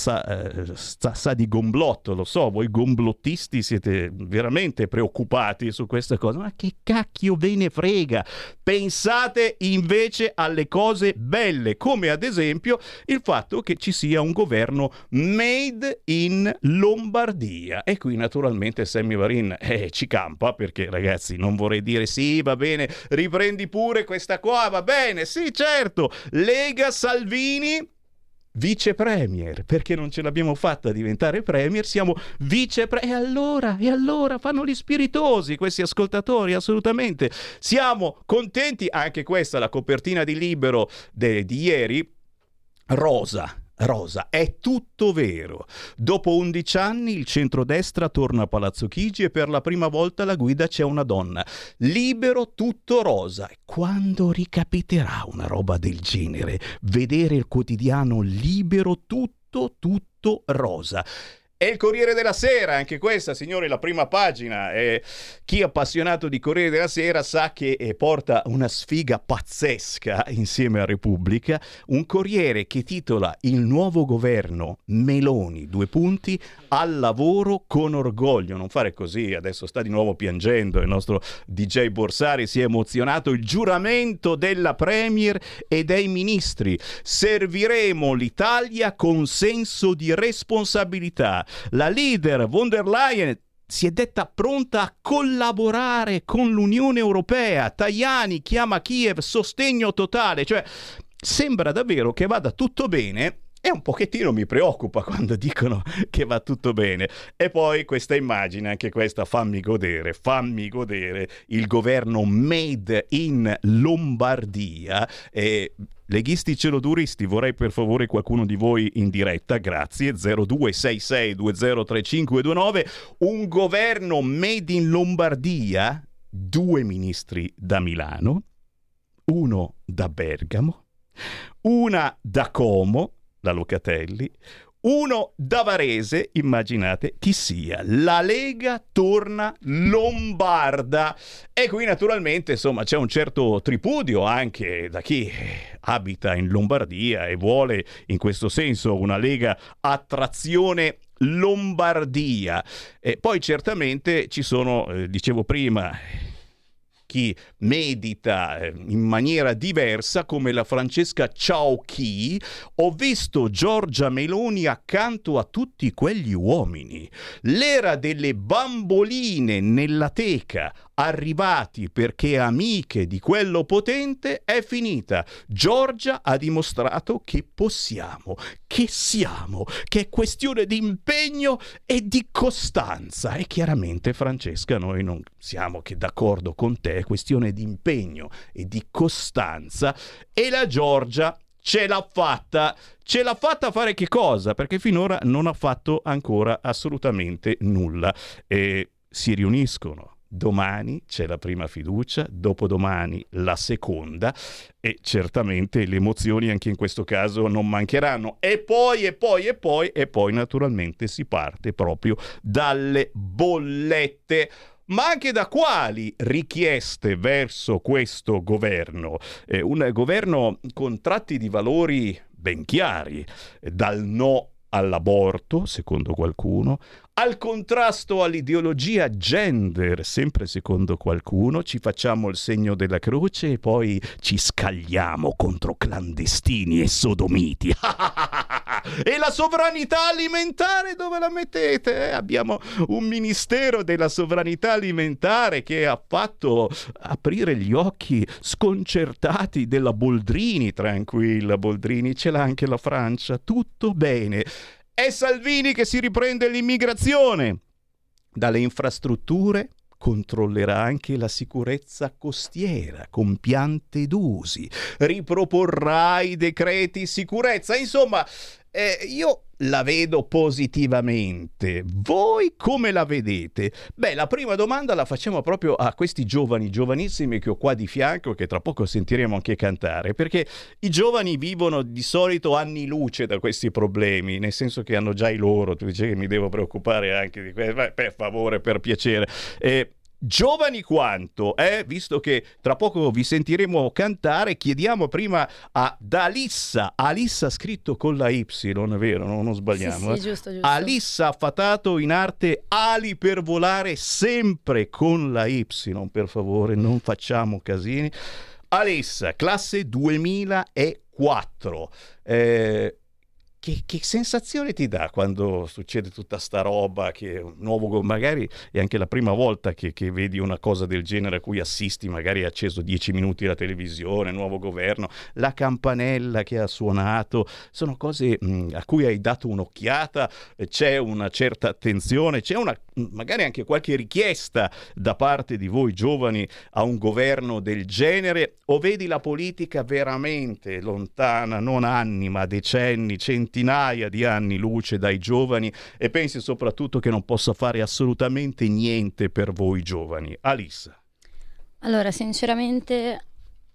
S2: sa di gomblotto. Lo so, voi gomblottisti siete veramente preoccupati su questa cosa, ma che cacchio ve ne frega? Pensate invece alle cose belle, come ad esempio il fatto che ci sia un governo made in Lombardia. E qui naturalmente Sammy Varin ci campa, perché ragazzi, non vorrei dire sì, va bene, riprendi pure questa qua, va bene, sì certo, Lega Salvini vice premier, perché non ce l'abbiamo fatta diventare premier, siamo vice premier, e allora fanno gli spiritosi questi ascoltatori, assolutamente siamo contenti. Anche questa, la copertina di Libero di ieri, rosa, è tutto vero. Dopo 11 anni il centrodestra torna a Palazzo Chigi e per la prima volta alla guida c'è una donna. Libero, tutto rosa. Quando ricapiterà una roba del genere? Vedere il quotidiano Libero tutto rosa. E il Corriere della Sera, anche questa, signori, la prima pagina. Chi è appassionato di Corriere della Sera sa che porta una sfiga pazzesca insieme a Repubblica. Un Corriere che titola "Il nuovo governo Meloni, al lavoro con orgoglio". Non fare così, adesso sta di nuovo piangendo il nostro DJ Borsari, si è emozionato. Il giuramento della Premier e dei ministri: serviremo l'Italia con senso di responsabilità. La leader von der Leyen si è detta pronta a collaborare con l'Unione Europea. Tajani chiama Kiev sostegno totale. Cioè, sembra davvero che vada tutto bene. E un pochettino mi preoccupa quando dicono che va tutto bene. E poi questa immagine, anche questa, fammi godere, il governo made in Lombardia. Leghisti celoduristi, vorrei per favore qualcuno di voi in diretta, grazie, 0266203529. Un governo made in Lombardia, 2 ministri da Milano, uno da Bergamo, una da Como, la Locatelli, uno da Varese. Immaginate chi sia. La Lega torna lombarda. E qui naturalmente, insomma, c'è un certo tripudio anche da chi abita in Lombardia e vuole in questo senso una Lega a trazione Lombardia. E poi certamente ci sono, dicevo prima, chi medita in maniera diversa, come la Francesca Ciauchi. Ho visto Giorgia Meloni accanto a tutti quegli uomini. L'era delle bamboline nella teca, arrivati perché amiche di quello potente, è finita. Giorgia ha dimostrato che possiamo, che siamo, che è questione di impegno e di costanza. E chiaramente, Francesca, noi non siamo che d'accordo con te, è questione di impegno e di costanza. E la Giorgia ce l'ha fatta fare che cosa? Perché finora non ha fatto ancora assolutamente nulla. E si riuniscono. Domani c'è la prima fiducia, dopodomani la seconda, e certamente le emozioni anche in questo caso non mancheranno. E poi naturalmente si parte proprio dalle bollette. Ma anche da quali richieste verso questo governo? Un governo con tratti di valori ben chiari, dal no all'aborto, secondo qualcuno, al contrasto all'ideologia gender, sempre secondo qualcuno, ci facciamo il segno della croce e poi ci scagliamo contro clandestini e sodomiti. E la sovranità alimentare dove la mettete? Abbiamo un ministero della sovranità alimentare che ha fatto aprire gli occhi sconcertati della Boldrini. Tranquilla Boldrini, ce l'ha anche la Francia, tutto bene. È Salvini che si riprende l'immigrazione. Dalle infrastrutture controllerà anche la sicurezza costiera con piante d'usi, riproporrà i decreti sicurezza. Insomma, io la vedo positivamente. Voi come la vedete? Beh, la prima domanda la facciamo proprio a questi giovanissimi che ho qua di fianco, che tra poco sentiremo anche cantare, perché i giovani vivono di solito anni luce da questi problemi, nel senso che hanno già i loro. Tu dici che mi devo preoccupare anche di questo? Per favore, per piacere. Giovani quanto, visto che tra poco vi sentiremo cantare, chiediamo prima a Alissa scritto con la Y, è vero, non sbagliamo.
S10: Sì, giusto.
S2: Alissa Affatato, in arte Ali per volare, sempre con la Y, per favore, non facciamo casini. Alissa, classe 2004. Che sensazione ti dà quando succede tutta sta roba, che è un nuovo, magari è anche la prima volta che vedi una cosa del genere a cui assisti, magari hai acceso 10 minuti la televisione, nuovo governo, la campanella che ha suonato, sono cose a cui hai dato un'occhiata, c'è una certa attenzione, c'è magari anche qualche richiesta da parte di voi giovani a un governo del genere, o vedi la politica veramente lontana, non anni ma decenni, centinaia di anni luce dai giovani, e pensi soprattutto che non possa fare assolutamente niente per voi giovani? Alissa.
S10: Allora, sinceramente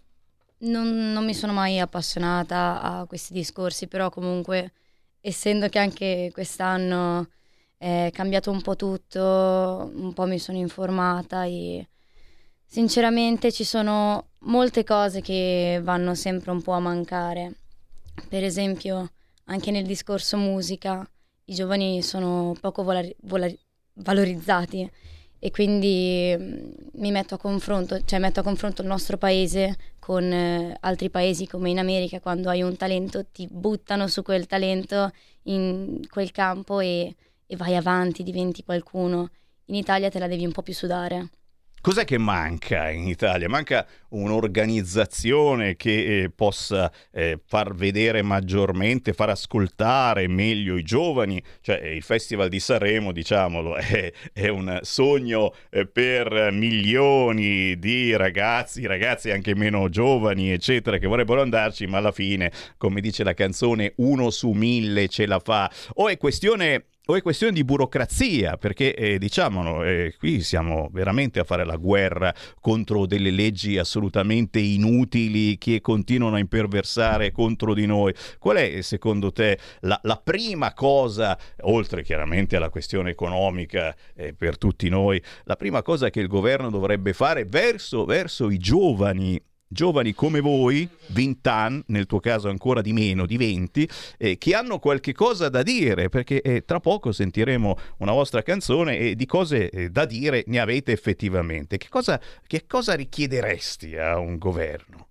S10: non mi sono mai appassionata a questi discorsi, però comunque, essendo che anche quest'anno è cambiato un po' tutto, un po' mi sono informata e sinceramente ci sono molte cose che vanno sempre un po' a mancare. Per esempio, anche nel discorso musica, i giovani sono poco valorizzati, e quindi metto a confronto il nostro paese con altri paesi, come in America. Quando hai un talento ti buttano su quel talento in quel campo e vai avanti, diventi qualcuno. In Italia te la devi un po' più sudare.
S2: Cos'è che manca in Italia? Manca un'organizzazione che possa far vedere maggiormente, far ascoltare meglio i giovani. Cioè, il Festival di Sanremo, diciamolo, è un sogno per milioni di ragazzi anche meno giovani, eccetera, che vorrebbero andarci, ma alla fine, come dice la canzone, 1 su 1000 ce la fa. O è questione di burocrazia, perché diciamolo, qui siamo veramente a fare la guerra contro delle leggi assolutamente inutili che continuano a imperversare contro di noi. Qual è secondo te la prima cosa, oltre chiaramente alla questione economica per tutti noi, la prima cosa che il governo dovrebbe fare verso i giovani come voi, 20 anni, nel tuo caso ancora di meno, di 20, che hanno qualche cosa da dire, perché tra poco sentiremo una vostra canzone e di cose da dire ne avete effettivamente. Che cosa richiederesti a un governo?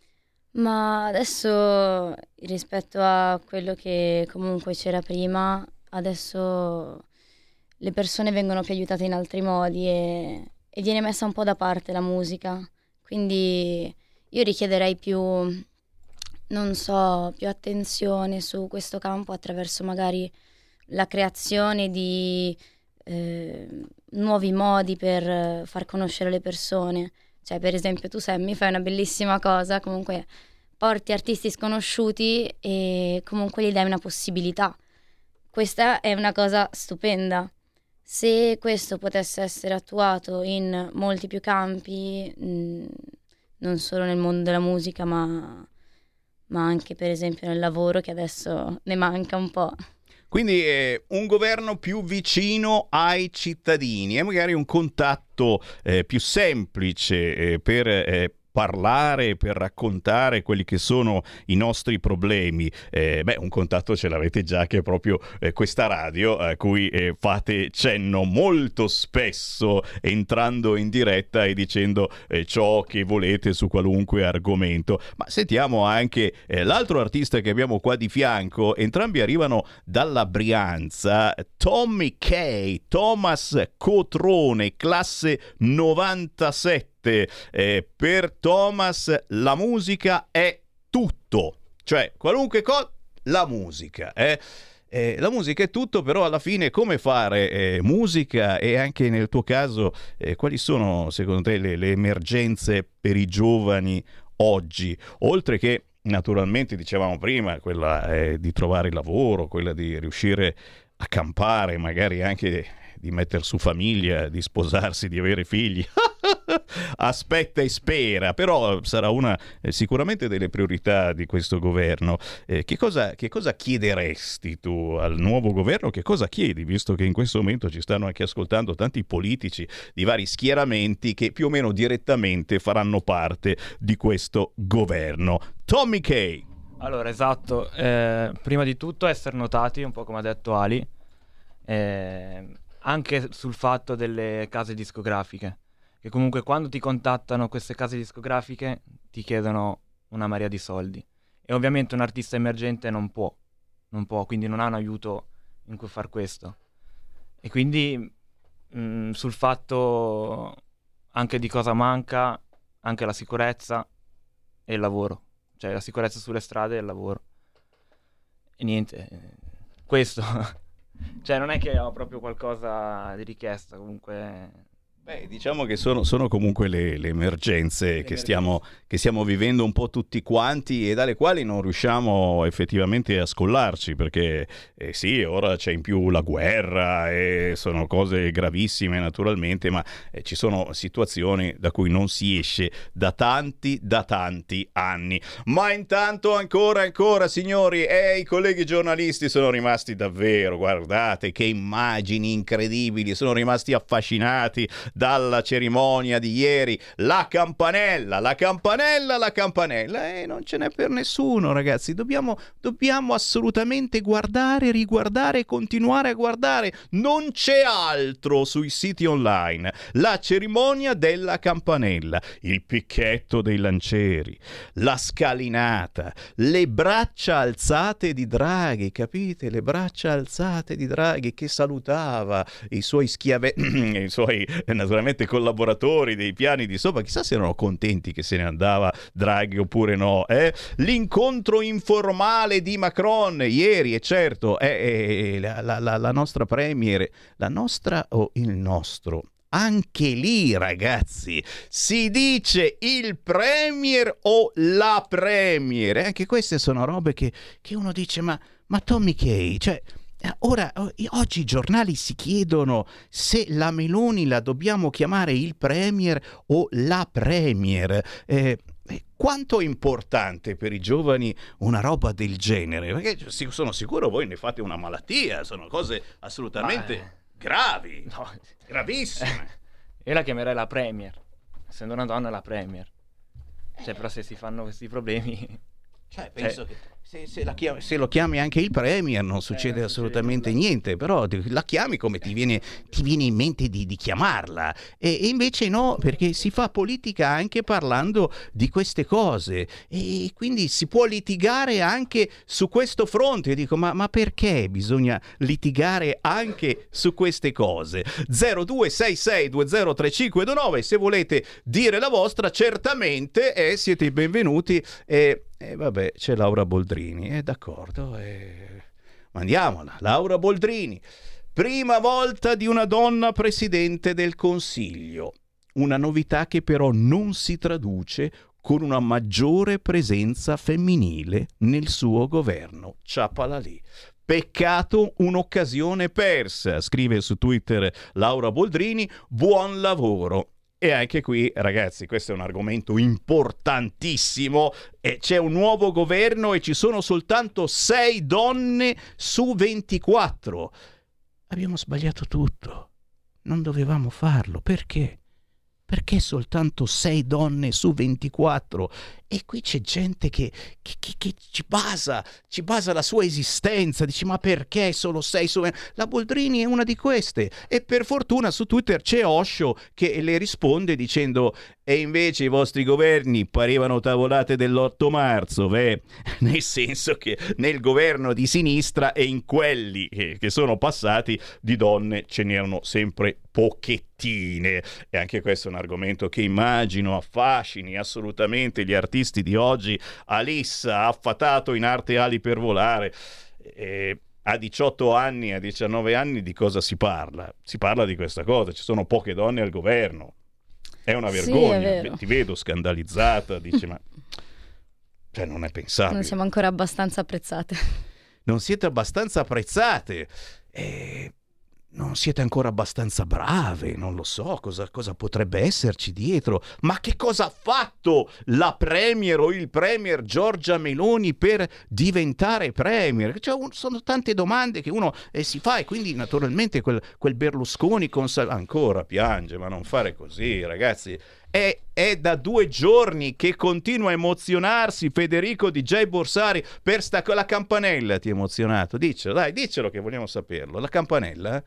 S10: Ma adesso, rispetto a quello che comunque c'era prima, adesso le persone vengono più aiutate in altri modi e viene messa un po' da parte la musica. Quindi io richiederei più attenzione su questo campo, attraverso magari la creazione di nuovi modi per far conoscere le persone. Cioè, per esempio, tu, Sammy, fai una bellissima cosa, comunque porti artisti sconosciuti e comunque gli dai una possibilità. Questa è una cosa stupenda. Se questo potesse essere attuato in molti più campi, non solo nel mondo della musica, ma anche per esempio nel lavoro, che adesso ne manca un po'.
S2: Quindi un governo più vicino ai cittadini e magari un contatto più semplice per parlare, per raccontare quelli che sono i nostri problemi, un contatto ce l'avete già, che è proprio questa radio a cui fate cenno molto spesso entrando in diretta e dicendo ciò che volete su qualunque argomento. Ma sentiamo anche l'altro artista che abbiamo qua di fianco. Entrambi arrivano dalla Brianza. Tommy K, Thomas Cotrone, classe 97. Per Thomas la musica è tutto, cioè qualunque cosa, la musica la musica è tutto. Però alla fine come fare musica, e anche nel tuo caso quali sono secondo te le emergenze per i giovani oggi, oltre che naturalmente dicevamo prima quella di trovare lavoro, quella di riuscire a campare, magari anche di mettere su famiglia, di sposarsi, di avere figli. Aspetta e spera, però sarà una sicuramente delle priorità di questo governo. Che cosa chiederesti tu al nuovo governo? Che cosa chiedi, visto che in questo momento ci stanno anche ascoltando tanti politici di vari schieramenti che più o meno direttamente faranno parte di questo governo? Tommy K.
S11: Allora, esatto, prima di tutto essere notati, un po' come ha detto Ali, anche sul fatto delle case discografiche, che comunque quando ti contattano queste case discografiche ti chiedono una marea di soldi, e ovviamente un artista emergente non può, quindi non ha un aiuto in cui far questo. E quindi sul fatto anche di cosa manca, anche la sicurezza e il lavoro, cioè la sicurezza sulle strade e il lavoro. E niente, questo. Cioè non è che ho proprio qualcosa di richiesta, comunque.
S2: Diciamo che sono comunque le emergenze che stiamo vivendo un po' tutti quanti, e dalle quali non riusciamo effettivamente a scollarci, perché sì, ora c'è in più la guerra e sono cose gravissime naturalmente, ma ci sono situazioni da cui non si esce da tanti anni. Ma intanto ancora signori, i colleghi giornalisti sono rimasti davvero, guardate che immagini incredibili, sono rimasti affascinati dalla cerimonia di ieri. La campanella, e non ce n'è per nessuno, ragazzi. Dobbiamo assolutamente guardare, riguardare e continuare a guardare. Non c'è altro sui siti online. La cerimonia della campanella, il picchetto dei lancieri, la scalinata, le braccia alzate di Draghi, capite? Le braccia alzate di Draghi che salutava i suoi i suoi naturalmente collaboratori dei piani di sopra. Chissà se erano contenti che se ne andava Draghi oppure no. L'incontro informale di Macron ieri, e certo la nostra premier, la nostra o il nostro, anche lì ragazzi si dice il premier o la premier. Anche queste sono robe che uno dice ma Tommy K, cioè ora, oggi i giornali si chiedono se la Meloni la dobbiamo chiamare il premier o la premier. Quanto è importante per i giovani una roba del genere? Perché sono sicuro voi ne fate una malattia, sono cose assolutamente gravi,
S11: no,
S2: gravissime.
S11: Io la chiamerei la premier, essendo una donna la premier. Cioè, però se si fanno questi problemi...
S2: Cioè, penso che se lo chiami anche il premier non succede assolutamente niente, però la chiami come ti viene in mente di chiamarla, e invece no, perché si fa politica anche parlando di queste cose, e quindi si può litigare anche su questo fronte. Io dico ma perché bisogna litigare anche su queste cose? 0266203529, se volete dire la vostra certamente siete i benvenuti. Vabbè, c'è Laura Boldrini, d'accordo, mandiamola. Laura Boldrini, prima volta di una donna presidente del Consiglio, una novità che però non si traduce con una maggiore presenza femminile nel suo governo. Ciapala lì. Peccato un'occasione persa, scrive su Twitter Laura Boldrini, buon lavoro. E anche qui, ragazzi, questo è un argomento importantissimo. C'è un nuovo governo e ci sono soltanto 6 donne su 24. Abbiamo sbagliato tutto. Non dovevamo farlo. Perché? perché soltanto 6 donne su 24? E qui c'è gente che ci basa la sua esistenza, dici ma perché solo 6 su 20? La Boldrini è una di queste, e per fortuna su Twitter c'è Osho che le risponde dicendo: e invece i vostri governi parevano tavolate dell'8 marzo, nel senso che nel governo di sinistra e in quelli che sono passati di donne ce n'erano sempre pochettine. E anche questo è un argomento che immagino affascini assolutamente gli artisti di oggi. Alissa, affatato in arte ali per volare, a 18 anni, a 19 anni di cosa si parla? Si parla di questa cosa, ci sono poche donne al governo. È una vergogna,
S10: sì,
S2: ti vedo scandalizzata, dici ma cioè non è pensabile.
S10: Non siamo ancora abbastanza apprezzate.
S2: Non siete abbastanza apprezzate, non siete ancora abbastanza brave, non lo so cosa potrebbe esserci dietro. Ma che cosa ha fatto la premier o il premier Giorgia Meloni per diventare premier? Cioè, sono tante domande che uno si fa, e quindi naturalmente quel Berlusconi ancora piange, ma non fare così, ragazzi. È da 2 giorni che continua a emozionarsi Federico DJ Borsari per la campanella. Ti è emozionato? Diccelo, dai, diccelo che vogliamo saperlo. La campanella?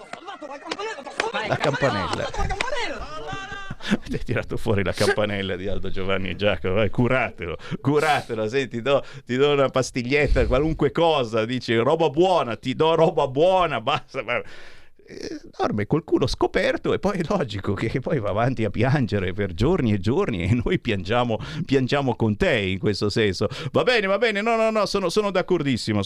S2: La campanella. Hai tirato fuori la campanella di Aldo Giovanni e Giacomo, vai, curatelo, senti, ti do una pastiglietta, qualunque cosa, dici roba buona, ti do roba buona, basta. Dorme col culo scoperto, e poi è logico che poi va avanti a piangere per giorni e giorni, e noi piangiamo con te in questo senso. Va bene, no, sono d'accordissimo.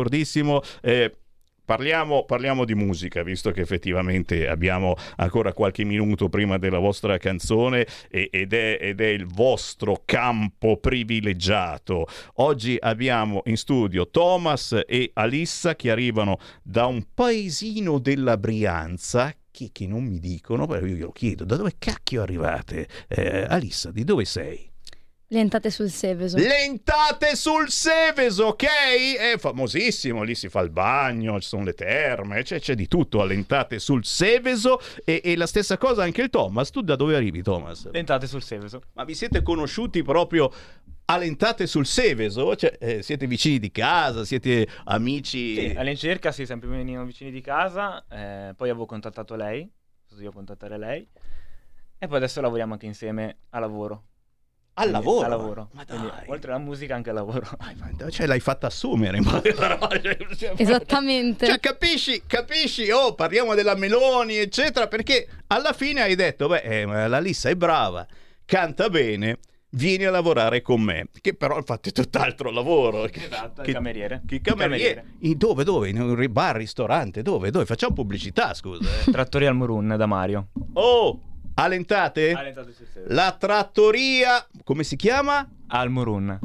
S2: Parliamo di musica, visto che effettivamente abbiamo ancora qualche minuto prima della vostra canzone, ed è il vostro campo privilegiato. Oggi abbiamo in studio Thomas e Alissa, che arrivano da un paesino della Brianza che non mi dicono, però io glielo chiedo: da dove cacchio arrivate? Alissa, di dove sei?
S10: Lentate sul Seveso.
S2: Lentate sul Seveso, ok? È famosissimo, lì si fa il bagno, ci sono le terme, c'è di tutto a Lentate sul Seveso. E la stessa cosa anche il Thomas. Tu da dove arrivi, Thomas?
S11: Lentate sul Seveso.
S2: Ma vi siete conosciuti proprio a Lentate sul Seveso? Cioè, siete vicini di casa, siete amici?
S11: Sì, all'incirca sì, sempre venivano vicini di casa, poi avevo contattato lei, sono io a contattare lei, e poi adesso lavoriamo anche insieme a lavoro.
S2: Al lavoro?
S11: Al lavoro.
S2: Ma
S11: quindi,
S2: dai.
S11: oltre alla musica anche al lavoro.
S2: Cioè l'hai fatta assumere in parole.
S10: Esattamente.
S2: Cioè capisci? Oh, parliamo della Meloni, eccetera, perché alla fine hai detto: la Lissa è brava, canta bene, vieni a lavorare con me. Che però fate tutt'altro lavoro.
S11: Esatto, il cameriere.
S2: Che cameriere? Dove? In un bar, ristorante? Dove? Facciamo pubblicità, scusa.
S11: Trattoria al Morun da Mario.
S2: Oh! Alentate?
S11: Alentate sul Seveso.
S2: La trattoria, come si chiama?
S11: Al Morun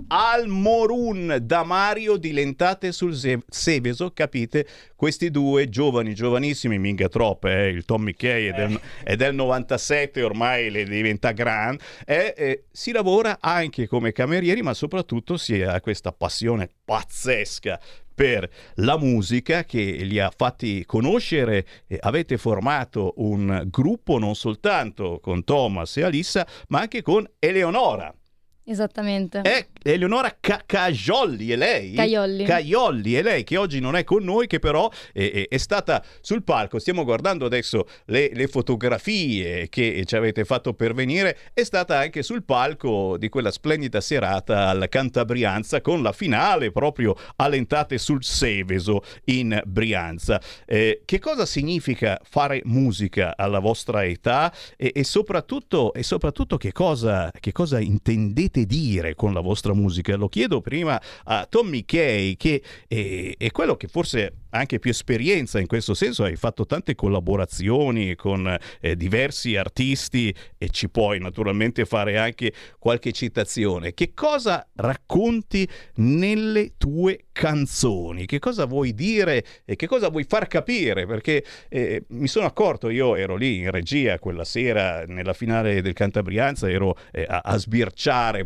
S2: da Mario di Lentate sul Seveso, capite? Questi due giovanissimi, minchia troppe, il Tommy Kay è del 97, ormai le diventa grande, si lavora anche come camerieri, ma soprattutto si ha questa passione pazzesca per la musica che li ha fatti conoscere. Avete formato un gruppo non soltanto con Thomas e Alissa, ma anche con Eleonora.
S10: Esattamente.
S2: Eleonora Caiolli, è lei? Caiolli, è lei, che oggi non è con noi, che però è stata sul palco. Stiamo guardando adesso le fotografie che ci avete fatto pervenire. È stata anche sul palco di quella splendida serata al Cantabrianza, con la finale proprio a Lentate sul Seveso in Brianza. Che cosa significa fare musica alla vostra età, e soprattutto che cosa intendete dire con la vostra musica? Lo chiedo prima a Tommy Kay, che è quello che forse ha anche più esperienza in questo senso. Hai fatto tante collaborazioni con diversi artisti, e ci puoi naturalmente fare anche qualche citazione. Che cosa racconti nelle tue canzoni? Che cosa vuoi dire e che cosa vuoi far capire? Perché mi sono accorto, io ero lì in regia quella sera nella finale del Cantabrianza, ero a sbirciare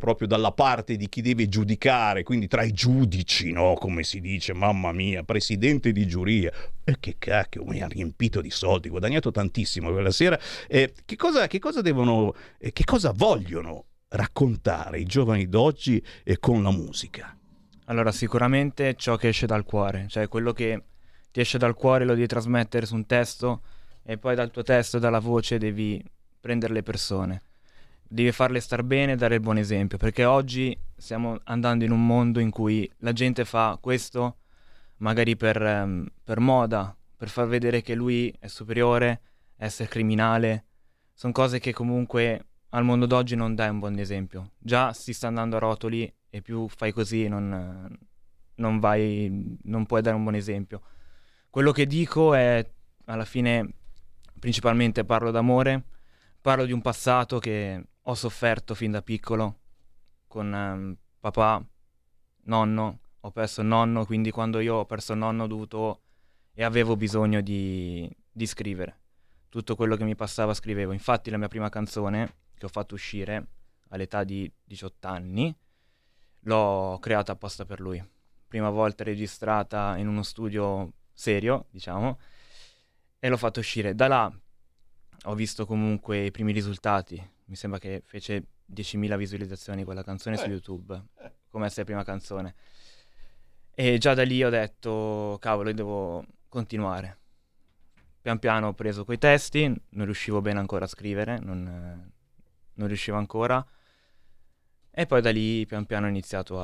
S2: proprio dalla parte di chi deve giudicare, quindi tra i giudici, no? Come si dice, mamma mia, presidente di giuria, e che cacchio, mi ha riempito di soldi, guadagnato tantissimo quella sera. Che cosa devono, che cosa vogliono raccontare i giovani d'oggi con la musica?
S11: Allora, sicuramente ciò che esce dal cuore, cioè quello che ti esce dal cuore lo devi trasmettere su un testo, e poi dal tuo testo, dalla voce, devi prendere le persone, devi farle star bene e dare il buon esempio, perché oggi stiamo andando in un mondo in cui la gente fa questo magari per moda, per far vedere che lui è superiore, essere criminale. Sono cose che comunque al mondo d'oggi non dai un buon esempio. Già si sta andando a rotoli, e più fai così non puoi dare un buon esempio. Quello che dico è, alla fine, principalmente parlo d'amore, parlo di un passato che ho sofferto fin da piccolo, con papà, nonno. Ho perso il nonno, quindi quando io ho perso il nonno avevo bisogno di scrivere. Tutto quello che mi passava scrivevo. Infatti la mia prima canzone, che ho fatto uscire all'età di 18 anni, l'ho creata apposta per lui. Prima volta registrata in uno studio serio, diciamo, e l'ho fatto uscire. Da là ho visto comunque i primi risultati. Mi sembra che fece 10.000 visualizzazioni quella canzone su YouTube, come essere prima canzone. E già da lì ho detto, cavolo, io devo continuare. Pian piano ho preso quei testi, non riuscivo bene ancora a scrivere, non riuscivo ancora. E poi da lì pian piano ho iniziato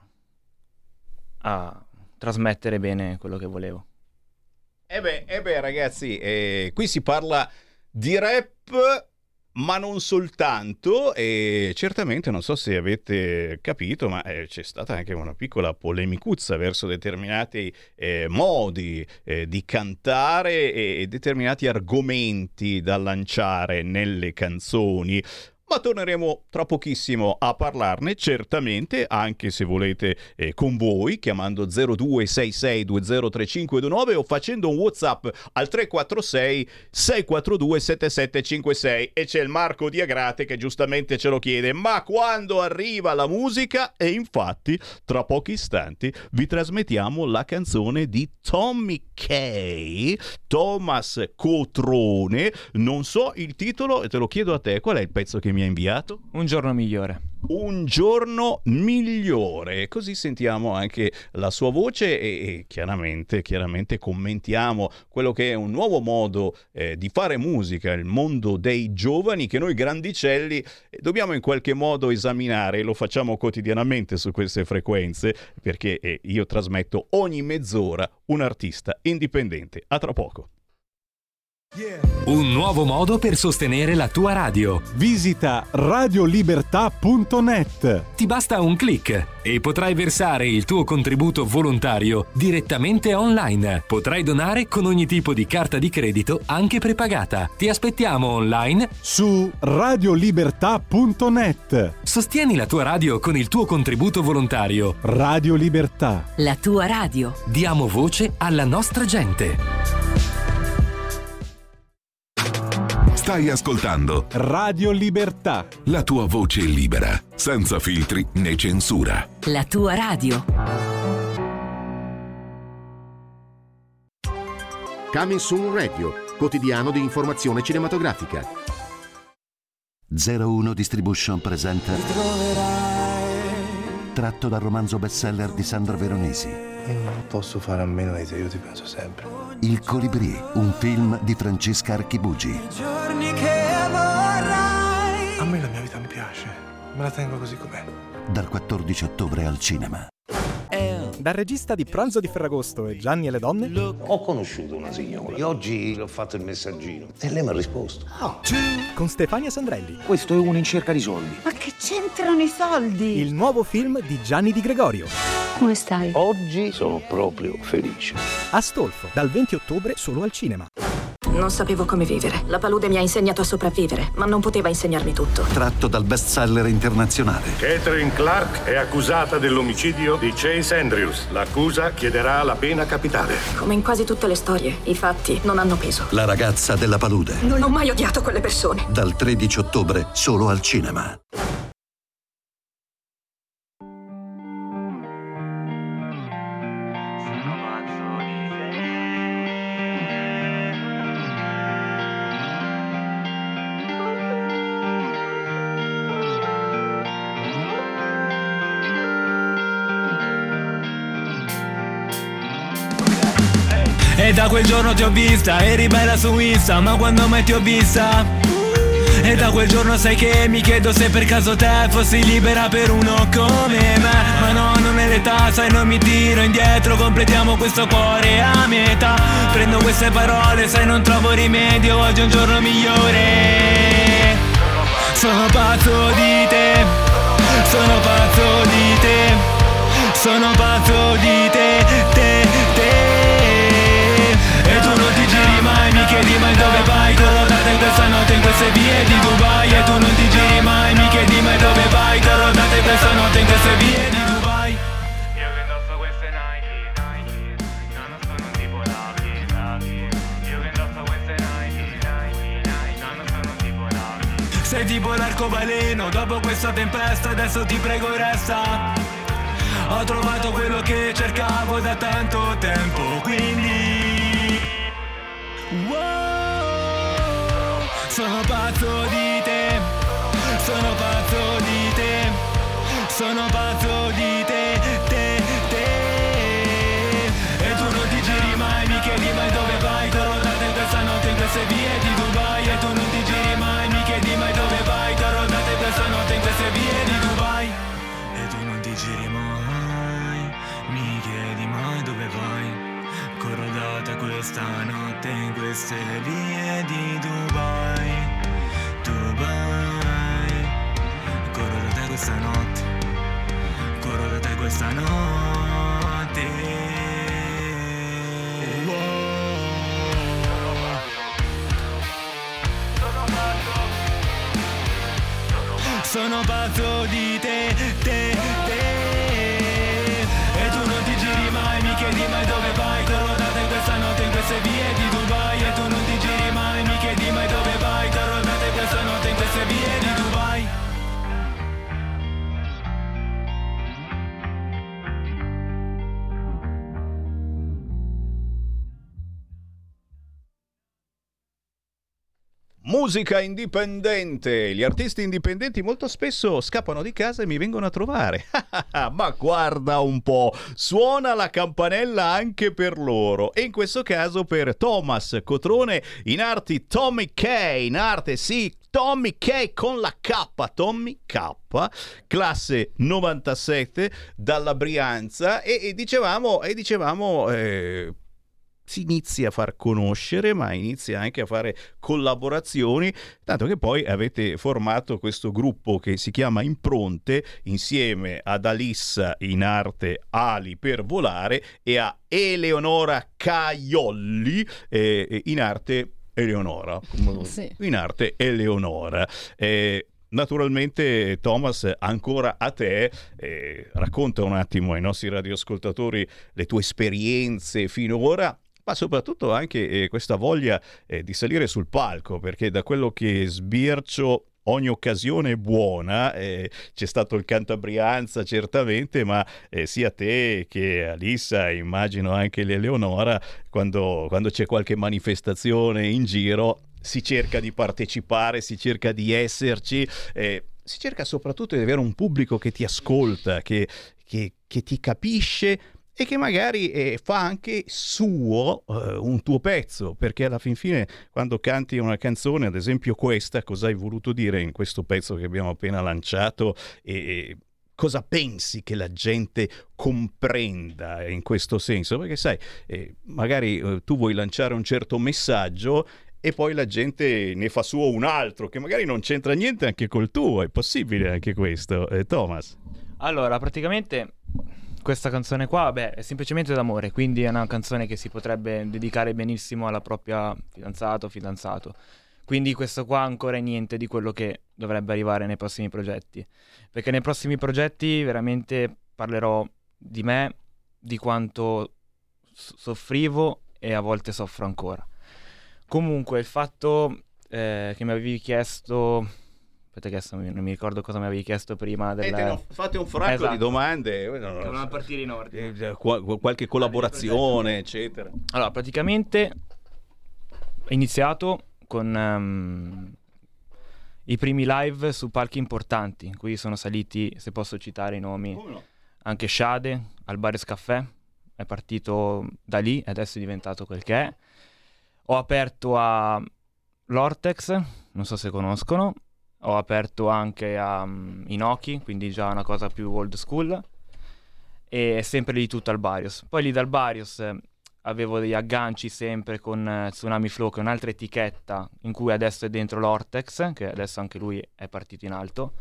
S11: a trasmettere bene quello che volevo.
S2: Ragazzi, qui si parla di rap, ma non soltanto, e certamente non so se avete capito, ma c'è stata anche una piccola polemicuzza verso determinati modi di cantare e determinati argomenti da lanciare nelle canzoni. Ma torneremo tra pochissimo a parlarne, certamente, anche se volete con voi, chiamando 0266203529 o facendo un WhatsApp al 346 642 7756. E c'è il Marco di Agrate che giustamente ce lo chiede: ma quando arriva la musica? E infatti tra pochi istanti vi trasmettiamo la canzone di Tommy K, Thomas Cotrone. Non so il titolo e te lo chiedo a te, qual è il pezzo che mi ha inviato?
S11: Un giorno migliore.
S2: Un giorno migliore, così sentiamo anche la sua voce e chiaramente commentiamo quello che è un nuovo modo di fare musica, il mondo dei giovani, che noi grandicelli dobbiamo in qualche modo esaminare, e lo facciamo quotidianamente su queste frequenze, perché io trasmetto ogni mezz'ora un artista indipendente. A tra poco.
S12: Un nuovo modo per sostenere la tua radio.
S5: Visita radiolibertà.net.
S12: Ti basta un click e potrai versare il tuo contributo volontario direttamente online. Potrai donare con ogni tipo di carta di credito, anche prepagata. Ti aspettiamo online
S5: su radiolibertà.net.
S12: Sostieni la tua radio con il tuo contributo volontario.
S5: Radio Libertà.
S12: La tua radio. Diamo voce alla nostra gente.
S9: Stai ascoltando
S5: Radio Libertà.
S9: La tua voce libera, senza filtri né censura.
S12: La tua radio.
S13: Coming Soon Radio, quotidiano di informazione cinematografica.
S14: 01 Distribution presenta tratto dal romanzo bestseller di Sandro Veronesi.
S15: Io non posso fare a meno di te, io ti penso sempre.
S14: Il Colibrì, un film di Francesca Archibugi.
S15: A me la mia vita mi piace, me la tengo così com'è.
S14: Dal 14 ottobre al cinema.
S16: Dal regista di Pranzo di Ferragosto e Gianni e le donne.
S17: Ho conosciuto una signora e oggi le ho fatto il messaggino e lei mi ha risposto.
S16: Con Stefania Sandrelli.
S17: Questo è uno in cerca di soldi.
S18: Ma che c'entrano i soldi?
S16: Il nuovo film di Gianni Di Gregorio.
S18: Come stai?
S17: Oggi sono proprio felice.
S16: Astolfo, dal 20 ottobre solo al cinema.
S19: Non sapevo come vivere. La palude mi ha insegnato a sopravvivere, ma non poteva insegnarmi tutto.
S14: Tratto dal bestseller internazionale.
S20: Catherine Clark è accusata dell'omicidio di Chase Andrews. L'accusa chiederà la pena capitale.
S19: Come in quasi tutte le storie, i fatti non hanno peso.
S14: La ragazza della palude.
S19: Non ho mai odiato quelle persone.
S14: Dal 13 ottobre solo al cinema.
S3: E da quel giorno ti ho vista, eri bella su Insta, ma quando mai ti ho vista? E da quel giorno sai che mi chiedo se per caso te fossi libera per uno come me. Ma no, non è l'età, sai, non mi tiro indietro, completiamo questo cuore a metà. Prendo queste parole, sai, non trovo rimedio, oggi è un giorno migliore. Sono pazzo di te, sono pazzo di te, sono pazzo di te, te, te. E tu non ti giri mai, mi chiedi mai dove vai, corodata in questa notte in queste vie di Dubai. E tu non ti giri mai, mi chiedi mai dove vai, corodata in questa notte in queste vie di Dubai. Io che indosso queste Nike, no, non sono un tipo Lucky. Io che indosso queste Nike, no, non sono un tipo Lucky. Sei tipo l'arcobaleno, dopo questa tempesta adesso ti prego resta. Ho trovato quello che cercavo da tanto tempo, quindi wow, sono pazzo di te, sono pazzo di te, sono pazzo di te, te, te. E tu non ti giri mai, mi chiedi mai dove vai, corodata in questa notte in queste vie di Dubai. E tu non ti giri mai, mi chiedi mai dove vai, corodata in questa notte in queste vie di Dubai. E tu non ti giri mai, mi chiedi mai dove vai, corodata questa notte in queste vie di Dubai. Dubai, corodata questa notte, corodata questa notte. Sono pazzo di te, te, te. E tu non ti giri mai, mi chiedi mai dove vai, corodata in questa notte in queste vie di Dubai. E tu non ti giri mai, mi chiedi mai dove vai, corodata in questa notte in queste vie di Dubai.
S2: Musica indipendente. Gli artisti indipendenti molto spesso scappano di casa e mi vengono a trovare. Ma guarda un po', suona la campanella anche per loro. E in questo caso per Thomas Cotrone, in arte Tommy K, in arte sì, Tommy K con la K, Tommy K, classe 97 dalla Brianza e dicevamo si inizia a far conoscere, ma inizia anche a fare collaborazioni, tanto che poi avete formato questo gruppo che si chiama Impronte, insieme ad Alissa in arte Ali per volare e a Eleonora Caiolli in arte Eleonora. Sì. In arte Eleonora. Naturalmente Thomas, ancora a te, racconta un attimo ai nostri radioascoltatori le tue esperienze finora, ma soprattutto anche questa voglia di salire sul palco, perché da quello che sbircio ogni occasione è buona, c'è stato il Canto a Brianza certamente, ma sia te che Alissa, immagino anche l'Eleonora, quando c'è qualche manifestazione in giro si cerca di partecipare, si cerca di esserci, si cerca soprattutto di avere un pubblico che ti ascolta, che ti capisce e che magari fa anche suo un tuo pezzo, perché alla fin fine quando canti una canzone, ad esempio questa, cosa hai voluto dire in questo pezzo che abbiamo appena lanciato e cosa pensi che la gente comprenda in questo senso? Perché sai, magari tu vuoi lanciare un certo messaggio e poi la gente ne fa suo un altro che magari non c'entra niente anche col tuo. È possibile anche questo, Thomas?
S11: Allora, praticamente questa canzone qua, è semplicemente d'amore, quindi è una canzone che si potrebbe dedicare benissimo alla propria fidanzato o fidanzato. Quindi questo qua ancora è niente di quello che dovrebbe arrivare nei prossimi progetti, perché nei prossimi progetti veramente parlerò di me, di quanto soffrivo e a volte soffro ancora. Comunque il fatto che mi avevi chiesto... Aspetta che adesso non mi ricordo cosa mi avevi chiesto prima
S2: fate un fracco di domande.
S11: Devono partire in ordine.
S2: Qualche collaborazione, eccetera.
S11: Allora, praticamente ho iniziato con i primi live su palchi importanti, in cui sono saliti, se posso citare i nomi, anche Shade, Albares Caffè, è partito da lì e adesso è diventato quel che è. Ho aperto a l'Ortex, non so se conoscono, ho aperto anche a Inoki, quindi già una cosa più old school, e sempre lì tutto al Barios. Poi lì dal Barios avevo degli agganci sempre con Tsunami Flow, che è un'altra etichetta in cui adesso è dentro l'Ortex, che adesso anche lui è partito in alto.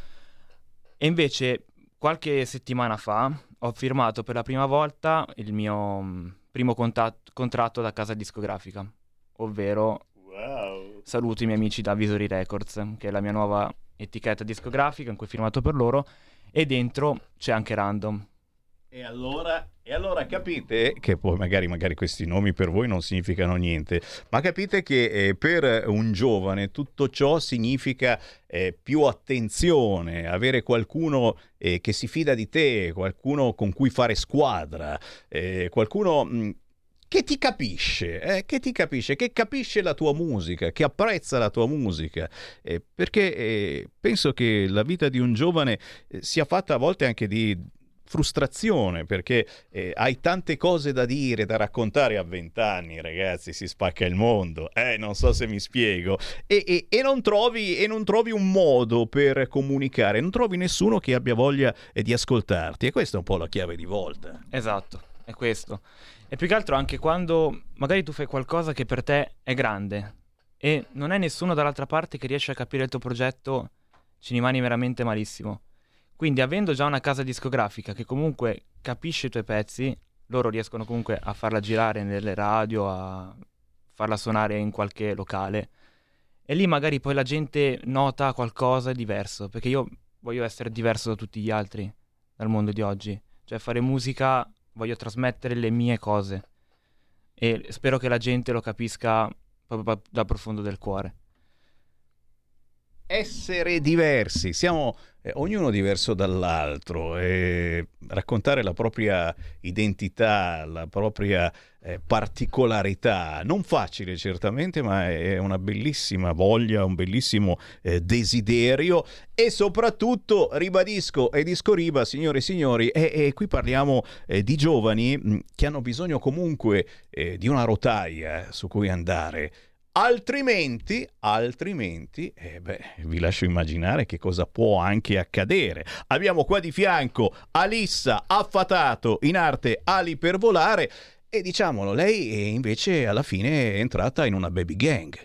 S11: E invece qualche settimana fa ho firmato per la prima volta il mio primo contratto da casa discografica, ovvero saluto i miei amici da Visory Records, che è la mia nuova etichetta discografica in cui ho firmato per loro, e dentro c'è anche Random.
S2: E allora capite che poi magari questi nomi per voi non significano niente, ma capite che per un giovane tutto ciò significa più attenzione, avere qualcuno che si fida di te, qualcuno con cui fare squadra, qualcuno che ti capisce, che capisce la tua musica, che apprezza la tua musica, perché penso che la vita di un giovane sia fatta a volte anche di frustrazione, perché hai tante cose da dire, da raccontare. A 20 anni, ragazzi, si spacca il mondo, non so se mi spiego, e non trovi un modo per comunicare, non trovi nessuno che abbia voglia di ascoltarti, e questa è un po' la chiave di volta.
S11: Esatto, è questo. E più che altro anche quando magari tu fai qualcosa che per te è grande e non è nessuno dall'altra parte che riesce a capire il tuo progetto, ci rimani veramente malissimo. Quindi avendo già una casa discografica che comunque capisce i tuoi pezzi, loro riescono comunque a farla girare nelle radio, a farla suonare in qualche locale, e lì magari poi la gente nota qualcosa di diverso, perché io voglio essere diverso da tutti gli altri, dal mondo di oggi. Cioè fare musica, voglio trasmettere le mie cose e spero che la gente lo capisca proprio dal profondo del cuore.
S2: Essere diversi, siamo ognuno diverso dall'altro, e raccontare la propria identità, la propria particolarità, non facile certamente, ma è una bellissima voglia, un bellissimo desiderio, e soprattutto ribadisco e discoriba, signore e signori, e qui parliamo di giovani che hanno bisogno comunque di una rotaia su cui andare. Altrimenti, vi lascio immaginare che cosa può anche accadere. Abbiamo qua di fianco Alissa Affatato, in arte Ali per volare, e diciamolo, lei invece alla fine è entrata in una baby gang.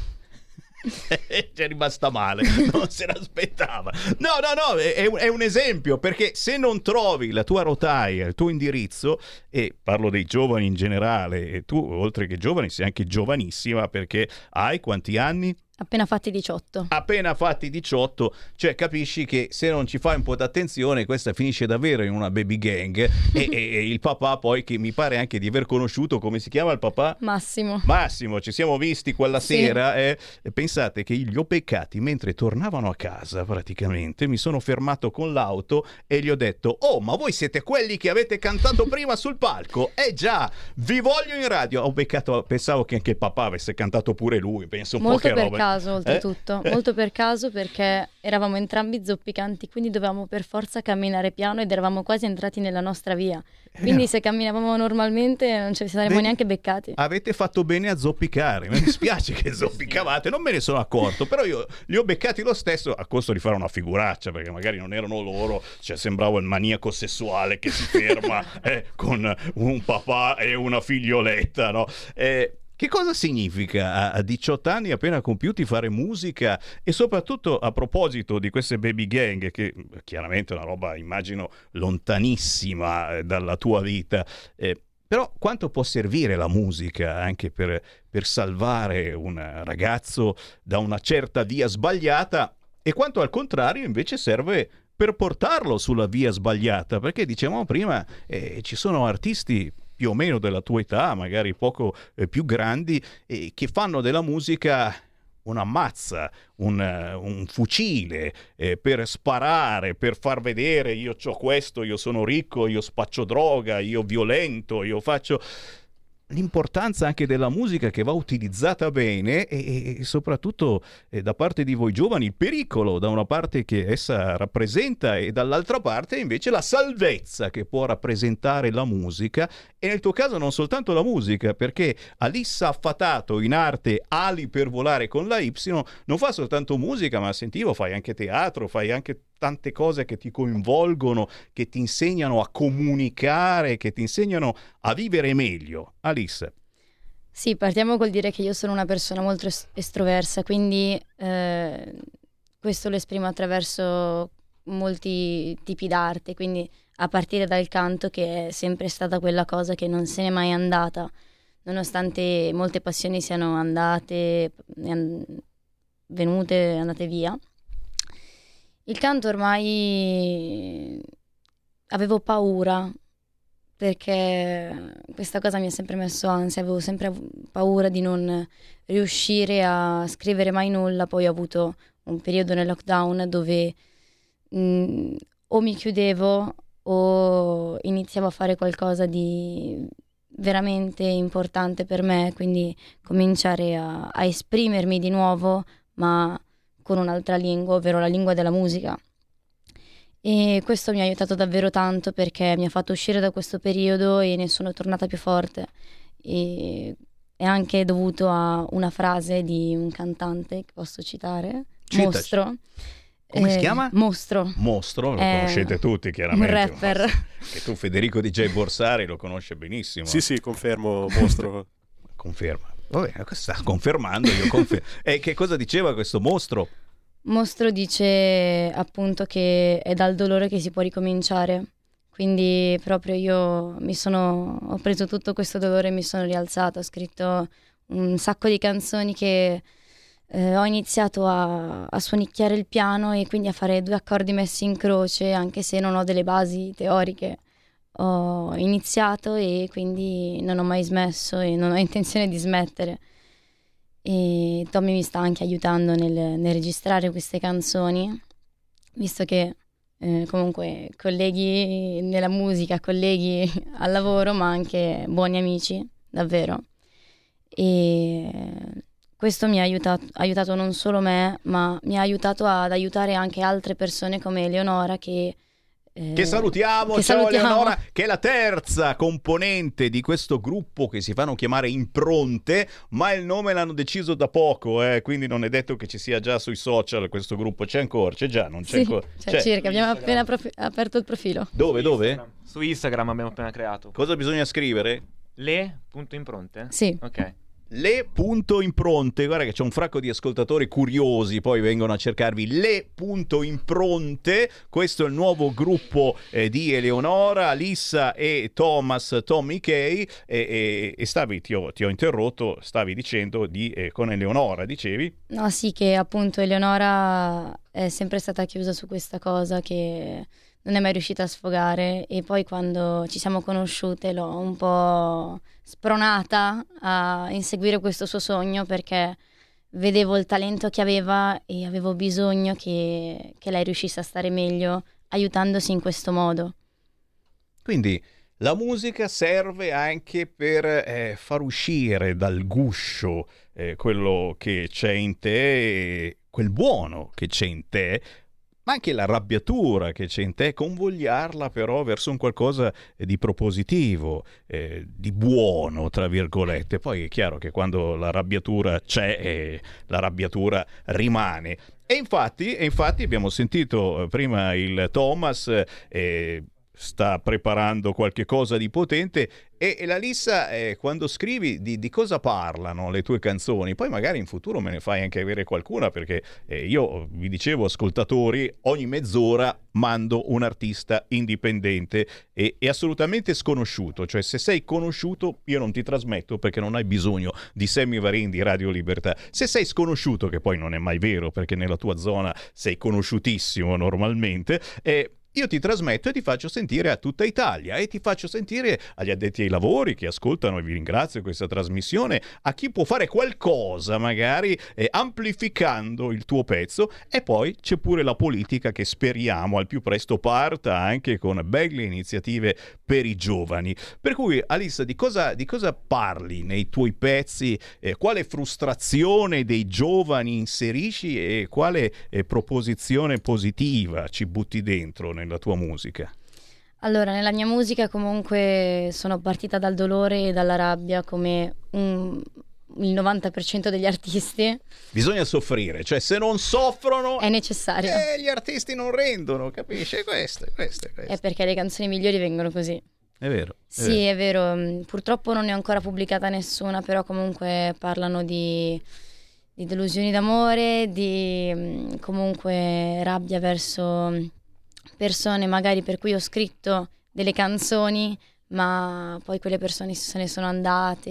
S2: C'è rimasta male, non se l'aspettava. No, è un esempio, perché se non trovi la tua rotaia, il tuo indirizzo, e parlo dei giovani in generale, e tu oltre che giovani sei anche giovanissima, perché hai quanti anni?
S10: Appena fatti 18.
S2: Appena fatti 18, cioè capisci che se non ci fai un po' d'attenzione questa finisce davvero in una baby gang, e il papà poi, che mi pare anche di aver conosciuto, come si chiama il papà?
S10: Massimo,
S2: ci siamo visti quella sera, pensate che li ho beccati mentre tornavano a casa, praticamente mi sono fermato con l'auto e gli ho detto: oh, ma voi siete quelli che avete cantato prima sul palco? Già, vi voglio in radio. Ho beccato, pensavo che anche il papà avesse cantato pure lui, penso un
S10: molto
S2: po' che
S10: roba. Caso, oltretutto, molto per caso, perché eravamo entrambi zoppicanti, quindi dovevamo per forza camminare piano ed eravamo quasi entrati nella nostra via. Quindi se camminavamo normalmente non ci saremmo neanche beccati.
S2: Avete fatto bene a zoppicare, mi dispiace che zoppicavate, non me ne sono accorto, però io li ho beccati lo stesso, a costo di fare una figuraccia, perché magari non erano loro, cioè sembravo il maniaco sessuale che si ferma con un papà e una figlioletta, no? Che cosa significa a 18 anni appena compiuti fare musica? E soprattutto, a proposito di queste baby gang, che chiaramente è una roba, immagino, lontanissima dalla tua vita, però quanto può servire la musica anche per salvare un ragazzo da una certa via sbagliata, e quanto al contrario invece serve per portarlo sulla via sbagliata? Perché dicevamo prima, ci sono artisti più o meno della tua età, magari poco più grandi, che fanno della musica una mazza, un fucile per sparare, per far vedere: io c'ho questo, io sono ricco, io spaccio droga, io violento, io faccio... l'importanza anche della musica che va utilizzata bene e soprattutto da parte di voi giovani il pericolo da una parte che essa rappresenta e dall'altra parte invece la salvezza che può rappresentare la musica, e nel tuo caso non soltanto la musica, perché Alissa Affatato, in arte Ali per volare con la Y, non fa soltanto musica, ma sentivo fai anche teatro, fai anche tante cose che ti coinvolgono, che ti insegnano a comunicare, che ti insegnano a vivere meglio. Alissa.
S10: Sì, partiamo col dire che io sono una persona molto estroversa, quindi questo lo esprimo attraverso molti tipi d'arte, quindi a partire dal canto, che è sempre stata quella cosa che non se n'è mai andata, nonostante molte passioni siano andate, venute, andate via. Il canto ormai avevo paura, perché questa cosa mi ha sempre messo ansia, avevo sempre paura di non riuscire a scrivere mai nulla. Poi ho avuto un periodo nel lockdown dove o mi chiudevo o iniziavo a fare qualcosa di veramente importante per me, quindi cominciare a esprimermi di nuovo, ma con un'altra lingua, ovvero la lingua della musica. E questo mi ha aiutato davvero tanto, perché mi ha fatto uscire da questo periodo e ne sono tornata più forte. E è anche dovuto a una frase di un cantante che posso citare,
S2: Citaci.
S10: Mostro.
S2: Come si chiama?
S10: Mostro.
S2: Mostro, lo conoscete tutti chiaramente.
S10: Un rapper.
S2: E tu Federico DJ Borsari lo conosce benissimo.
S21: Sì, confermo, Mostro.
S2: Conferma. Vabbè, sta confermando, io confermo. E che cosa diceva questo Mostro?
S10: Mostro dice appunto che è dal dolore che si può ricominciare, quindi proprio io ho preso tutto questo dolore e mi sono rialzata, ho scritto un sacco di canzoni che ho iniziato a suonicchiare il piano e quindi a fare 2 accordi messi in croce, anche se non ho delle basi teoriche. Ho iniziato e quindi non ho mai smesso e non ho intenzione di smettere. E Tommy mi sta anche aiutando nel registrare queste canzoni, visto che comunque colleghi nella musica, colleghi al lavoro, ma anche buoni amici, davvero. E questo mi ha aiutato non solo me, ma mi ha aiutato ad aiutare anche altre persone come Eleonora che
S2: salutiamo, ciao Eleonora, che è la terza componente di questo gruppo che si fanno chiamare Impronte, ma il nome l'hanno deciso da poco, quindi non è detto che ci sia già sui social questo gruppo. C'è ancora? C'è già? Non c'è ancora?
S10: C'è circa, abbiamo appena aperto il profilo.
S2: Dove?
S11: Su Instagram abbiamo appena creato.
S2: Cosa bisogna scrivere?
S11: Le.impronte?
S10: Sì.
S11: Ok.
S2: Le.impronte, guarda che c'è un fracco di ascoltatori curiosi, poi vengono a cercarvi Le.impronte. Questo è il nuovo gruppo di Eleonora, Alissa e Tommy K. E stavi, ti ho interrotto, stavi dicendo con Eleonora, dicevi?
S10: No, sì, che appunto Eleonora è sempre stata chiusa su questa cosa, che non è mai riuscita a sfogare, e poi quando ci siamo conosciute l'ho un po' spronata a inseguire questo suo sogno, perché vedevo il talento che aveva e avevo bisogno che lei riuscisse a stare meglio aiutandosi in questo modo.
S2: Quindi la musica serve anche per far uscire dal guscio quello che c'è in te, quel buono che c'è in te, ma anche l'arrabbiatura che c'è in te, convogliarla però verso un qualcosa di propositivo, di buono, tra virgolette. Poi è chiaro che quando l'arrabbiatura c'è, l'arrabbiatura rimane. E infatti abbiamo sentito prima il Thomas, sta preparando qualche cosa di potente, e la Lissa, quando scrivi di cosa parlano le tue canzoni? Poi magari in futuro me ne fai anche avere qualcuna, perché io vi dicevo, ascoltatori, ogni mezz'ora mando un artista indipendente e assolutamente sconosciuto, cioè se sei conosciuto io non ti trasmetto, perché non hai bisogno di Sammy Varin di Radio Libertà. Se sei sconosciuto, che poi non è mai vero perché nella tua zona sei conosciutissimo normalmente, io ti trasmetto e ti faccio sentire a tutta Italia e ti faccio sentire agli addetti ai lavori che ascoltano, e vi ringrazio questa trasmissione, a chi può fare qualcosa magari amplificando il tuo pezzo. E poi c'è pure la politica che speriamo al più presto parta anche con belle iniziative per i giovani. Per cui Alissa, di cosa parli nei tuoi pezzi? Quale frustrazione dei giovani inserisci e quale proposizione positiva ci butti dentro nella tua musica?
S10: Allora, nella mia musica comunque sono partita dal dolore e dalla rabbia come il 90% degli artisti.
S2: Bisogna soffrire, cioè se non soffrono
S10: è necessario.
S2: Gli artisti non rendono, capisci? Questo.
S10: È perché le canzoni migliori vengono così.
S2: È vero.
S10: Sì, è vero. Purtroppo non ne ho ancora pubblicata nessuna, però comunque parlano di delusioni d'amore, di comunque rabbia verso persone magari per cui ho scritto delle canzoni, ma poi quelle persone se ne sono andate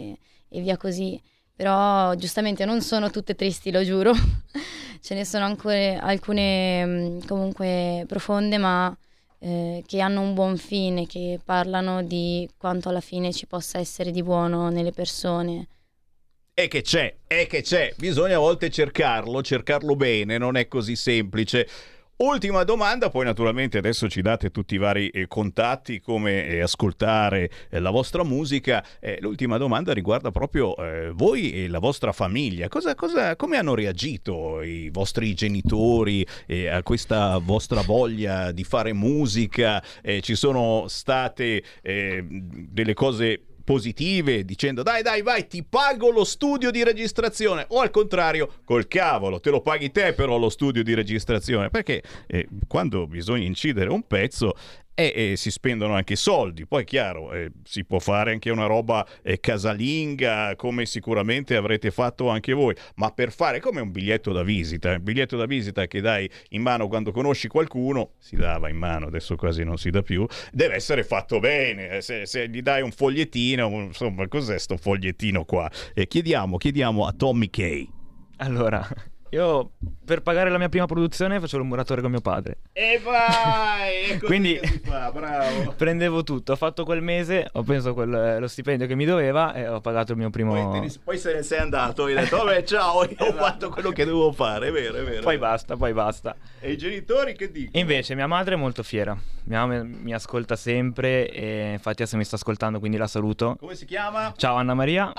S10: e via così. Però giustamente non sono tutte tristi, lo giuro. Ce ne sono ancora alcune comunque profonde, ma che hanno un buon fine, che parlano di quanto alla fine ci possa essere di buono nelle persone.
S2: È che c'è, bisogna a volte cercarlo bene, non è così semplice. Ultima domanda, poi naturalmente adesso ci date tutti i vari contatti, come ascoltare la vostra musica. L'ultima domanda riguarda proprio voi e la vostra famiglia. Come hanno reagito i vostri genitori a questa vostra voglia di fare musica? Ci sono state delle cose positive, dicendo dai vai, ti pago lo studio di registrazione, o al contrario, col cavolo, te lo paghi te però lo studio di registrazione? Perché quando bisogna incidere un pezzo si spendono anche soldi. Poi chiaro, si può fare anche una roba casalinga, come sicuramente avrete fatto anche voi, ma per fare come un biglietto da visita che dai in mano quando conosci qualcuno, si dava in mano, adesso quasi non si dà più, deve essere fatto bene. Se gli dai un fogliettino, insomma, cos'è sto fogliettino qua? Chiediamo a Tommy K.
S11: Allora, io per pagare la mia prima produzione facevo il muratore con mio padre.
S2: E vai!
S11: Quindi
S2: che si fa, bravo.
S11: Prendevo tutto, ho fatto quel mese, ho preso lo stipendio che mi doveva e ho pagato il mio primo...
S2: Poi se ne sei andato, hai detto vabbè ciao, io ho fatto quello che dovevo fare, è vero.
S11: Poi basta.
S2: E i genitori che dicono?
S11: Invece mia madre è molto fiera, mia mamma mi ascolta sempre e infatti adesso mi sta ascoltando, quindi la saluto.
S2: Come si chiama?
S11: Ciao Anna Maria!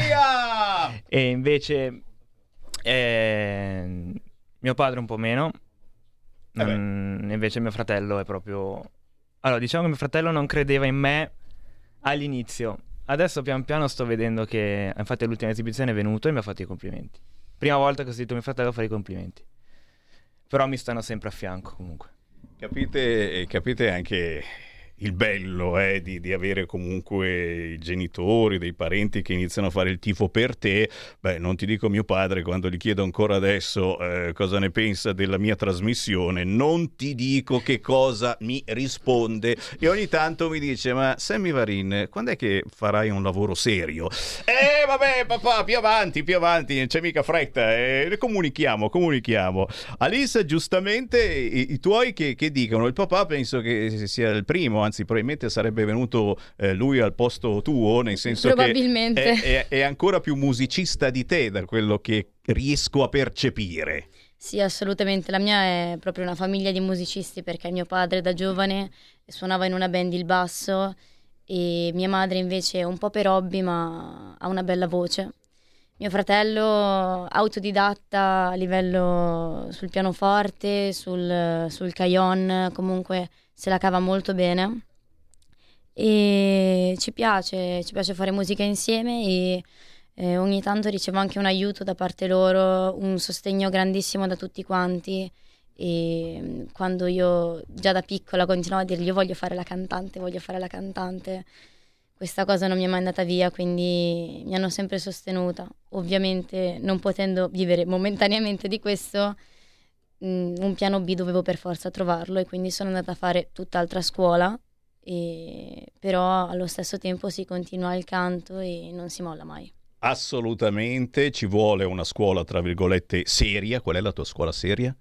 S11: E invece... mio padre un po' meno, invece mio fratello è proprio... Allora, diciamo che mio fratello non credeva in me all'inizio. Adesso pian piano sto vedendo che, infatti all'ultima esibizione è venuto e mi ha fatto i complimenti. Prima volta che ho sentito mio fratello fare i complimenti. Però mi stanno sempre a fianco comunque.
S2: Capite anche il bello di avere comunque i genitori, dei parenti che iniziano a fare il tifo per te. Beh, non ti dico mio padre, quando gli chiedo ancora adesso cosa ne pensa della mia trasmissione, non ti dico che cosa mi risponde, e ogni tanto mi dice: ma Sammy Varin, quando è che farai un lavoro serio? Vabbè papà, più avanti, non c'è mica fretta, comunichiamo. Alissa, giustamente i tuoi che dicono, il papà penso che sia il primo, anzi probabilmente sarebbe venuto lui al posto tuo, nel senso
S10: probabilmente
S2: che è ancora più musicista di te, da quello che riesco a percepire.
S10: Sì, assolutamente, la mia è proprio una famiglia di musicisti, perché mio padre da giovane suonava in una band il basso e mia madre invece un po' per hobby, ma ha una bella voce. Mio fratello autodidatta a livello sul pianoforte, sul cajon, comunque se la cava molto bene, e ci piace fare musica insieme e ogni tanto ricevo anche un aiuto da parte loro, un sostegno grandissimo da tutti quanti. E quando io già da piccola continuavo a dirgli io voglio fare la cantante, questa cosa non mi è mai andata via, quindi mi hanno sempre sostenuta. Ovviamente non potendo vivere momentaneamente di questo, un piano B dovevo per forza trovarlo, e quindi sono andata a fare tutt'altra scuola, però allo stesso tempo si continua il canto e non si molla mai.
S2: Assolutamente, ci vuole una scuola tra virgolette seria. Qual è la tua scuola seria?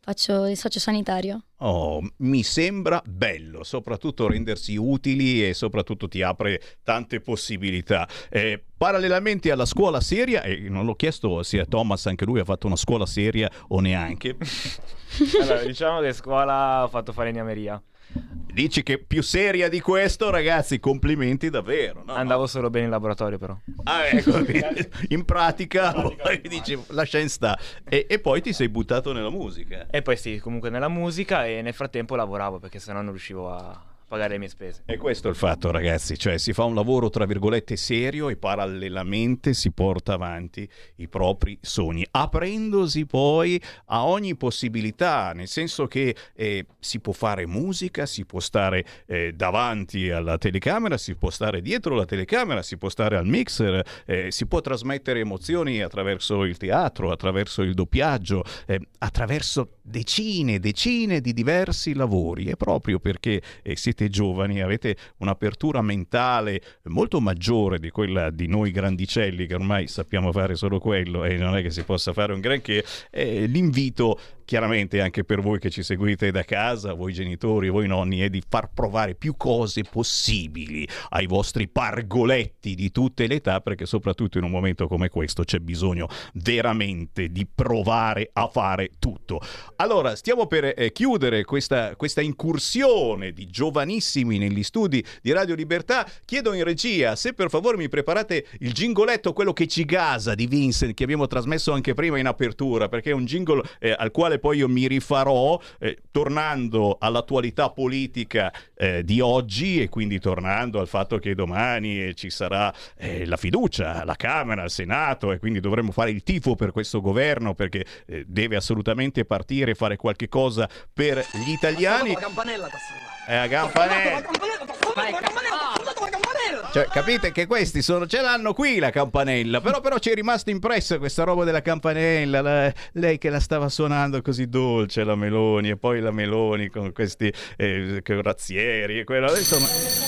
S10: Faccio il sociosanitario.
S2: Oh, mi sembra bello, soprattutto rendersi utili e soprattutto ti apre tante possibilità. Parallelamente alla scuola seria, e non l'ho chiesto se a Thomas anche lui ha fatto una scuola seria o neanche.
S11: Allora, diciamo che scuola ho fatto falegnameria.
S2: Dici che più seria di questo, ragazzi, complimenti davvero. No?
S11: Andavo solo bene in laboratorio, però.
S2: Ah, ecco, in pratica poi dici lascia in sta. E poi ti sei buttato nella musica.
S11: E poi sì, comunque nella musica, e nel frattempo lavoravo perché sennò non riuscivo a pagare le mie spese.
S2: E questo è il fatto, ragazzi, cioè si fa un lavoro tra virgolette serio e parallelamente si porta avanti i propri sogni, aprendosi poi a ogni possibilità, nel senso che si può fare musica, si può stare davanti alla telecamera, si può stare dietro la telecamera, si può stare al mixer, si può trasmettere emozioni attraverso il teatro, attraverso il doppiaggio, attraverso decine di diversi lavori. E proprio perché siete giovani, avete un'apertura mentale molto maggiore di quella di noi grandicelli che ormai sappiamo fare solo quello e non è che si possa fare un granché. L'invito chiaramente anche per voi che ci seguite da casa, voi genitori, voi nonni, è di far provare più cose possibili ai vostri pargoletti di tutte le età, perché soprattutto in un momento come questo c'è bisogno veramente di provare a fare tutto. Allora, stiamo per chiudere questa incursione di giovanissimi negli studi di Radio Libertà. Chiedo in regia se per favore mi preparate il jingoletto, quello che ci gasa di Vincent, che abbiamo trasmesso anche prima in apertura, perché è un jingle al quale poi io mi rifarò tornando all'attualità politica di oggi, e quindi tornando al fatto che domani ci sarà la fiducia alla Camera, al Senato, e quindi dovremo fare il tifo per questo governo, perché deve assolutamente partire e fare qualche cosa per gli italiani.
S1: La campanella
S2: la campanella. Cioè, capite che questi ce l'hanno qui la campanella, però ci è rimasta impressa questa roba della campanella, lei che la stava suonando così dolce, la Meloni, e poi la Meloni con questi razzieri e quello, insomma,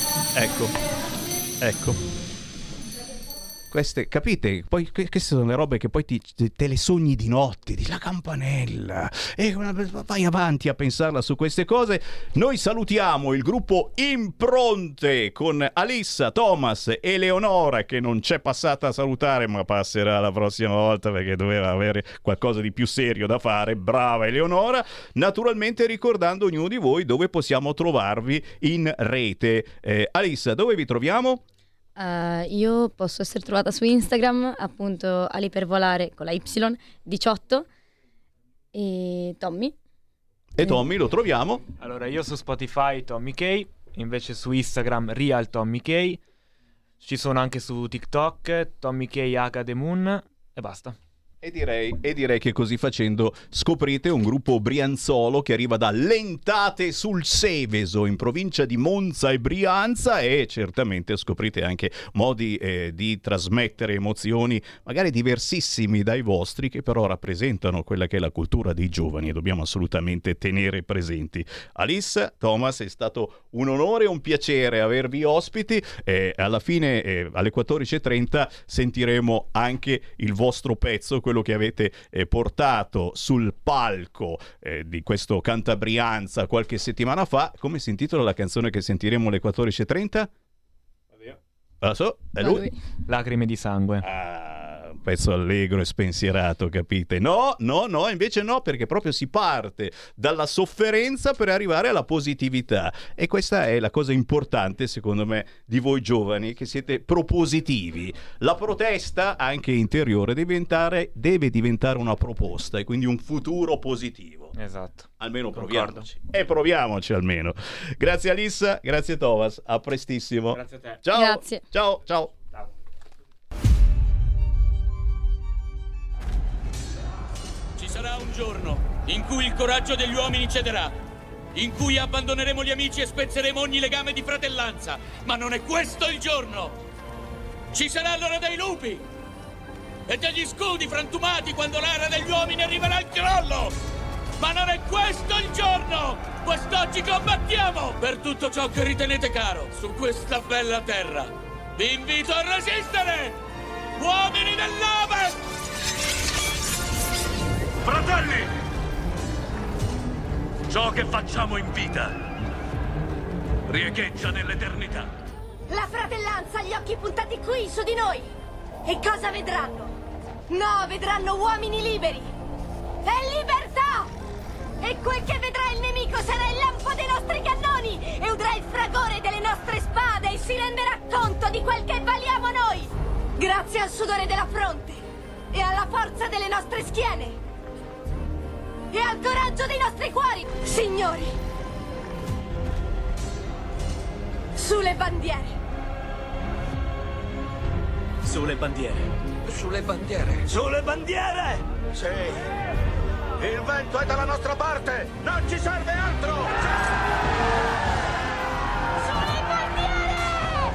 S2: ecco. Queste, capite? Poi queste sono le robe che poi te le sogni di notte, di la campanella, e vai avanti a pensarla su queste cose. Noi salutiamo il gruppo Impronte con Alissa, Thomas e Leonora, che non c'è passata a salutare, ma passerà la prossima volta perché doveva avere qualcosa di più serio da fare. Brava Eleonora. Naturalmente ricordando ognuno di voi dove possiamo trovarvi in rete. Alissa, dove vi troviamo?
S10: Io posso essere trovata su Instagram, appunto all'ipervolare con la Y18, e Tommy.
S2: E Tommy lo troviamo?
S11: Allora, io su Spotify Tommy K, invece su Instagram Real Tommy K, ci sono anche su TikTok Tommy K H The Moon, e basta.
S2: E direi che così facendo scoprite un gruppo brianzolo che arriva da Lentate sul Seveso, in provincia di Monza e Brianza, e certamente scoprite anche modi di trasmettere emozioni magari diversissimi dai vostri, che però rappresentano quella che è la cultura dei giovani e dobbiamo assolutamente tenere presenti. Alissa, Thomas, è stato un onore e un piacere avervi ospiti. Alla fine alle 14.30 sentiremo anche il vostro pezzo, quello che avete portato sul palco di questo Cantabrianza qualche settimana fa. Come si intitola la canzone che sentiremo alle 14.30? È lui?
S11: Lacrime di sangue.
S2: Un pezzo allegro e spensierato, capite? No, invece no, perché proprio si parte dalla sofferenza per arrivare alla positività, e questa è la cosa importante secondo me di voi giovani, che siete propositivi. La protesta anche interiore deve diventare una proposta, e quindi un futuro positivo.
S11: Esatto.
S2: Almeno proviamoci. E proviamoci almeno. Grazie Alissa, grazie Thomas, a prestissimo.
S11: Grazie a te.
S2: Ciao.
S10: Grazie.
S2: Ciao.
S1: Ci sarà un giorno in cui il coraggio degli uomini cederà, in cui abbandoneremo gli amici e spezzeremo ogni legame di fratellanza, ma non è questo il giorno. Ci sarà l'ora dei lupi e degli scudi frantumati quando l'era degli uomini arriverà al crollo. Ma non è questo il giorno! Quest'oggi combattiamo per tutto ciò che ritenete caro su questa bella terra. Vi invito a resistere! Uomini dell'Ovest!
S20: Fratelli!
S4: Ciò che facciamo in vita riecheggia nell'eternità.
S22: La fratellanza ha gli occhi puntati qui, su di noi. E cosa vedranno? No, vedranno uomini liberi. E libertà! E quel che vedrà il nemico sarà il lampo dei nostri cannoni e udrà il fragore delle nostre spade e si renderà conto di quel che valiamo noi. Grazie al sudore della fronte e alla forza delle nostre schiene e al coraggio dei nostri cuori, signori. Sulle bandiere.
S4: Sulle bandiere.
S17: Sulle bandiere.
S4: Sulle bandiere!
S17: Sì. Il vento è dalla nostra parte! Non ci serve altro!
S22: Sulle bandiere!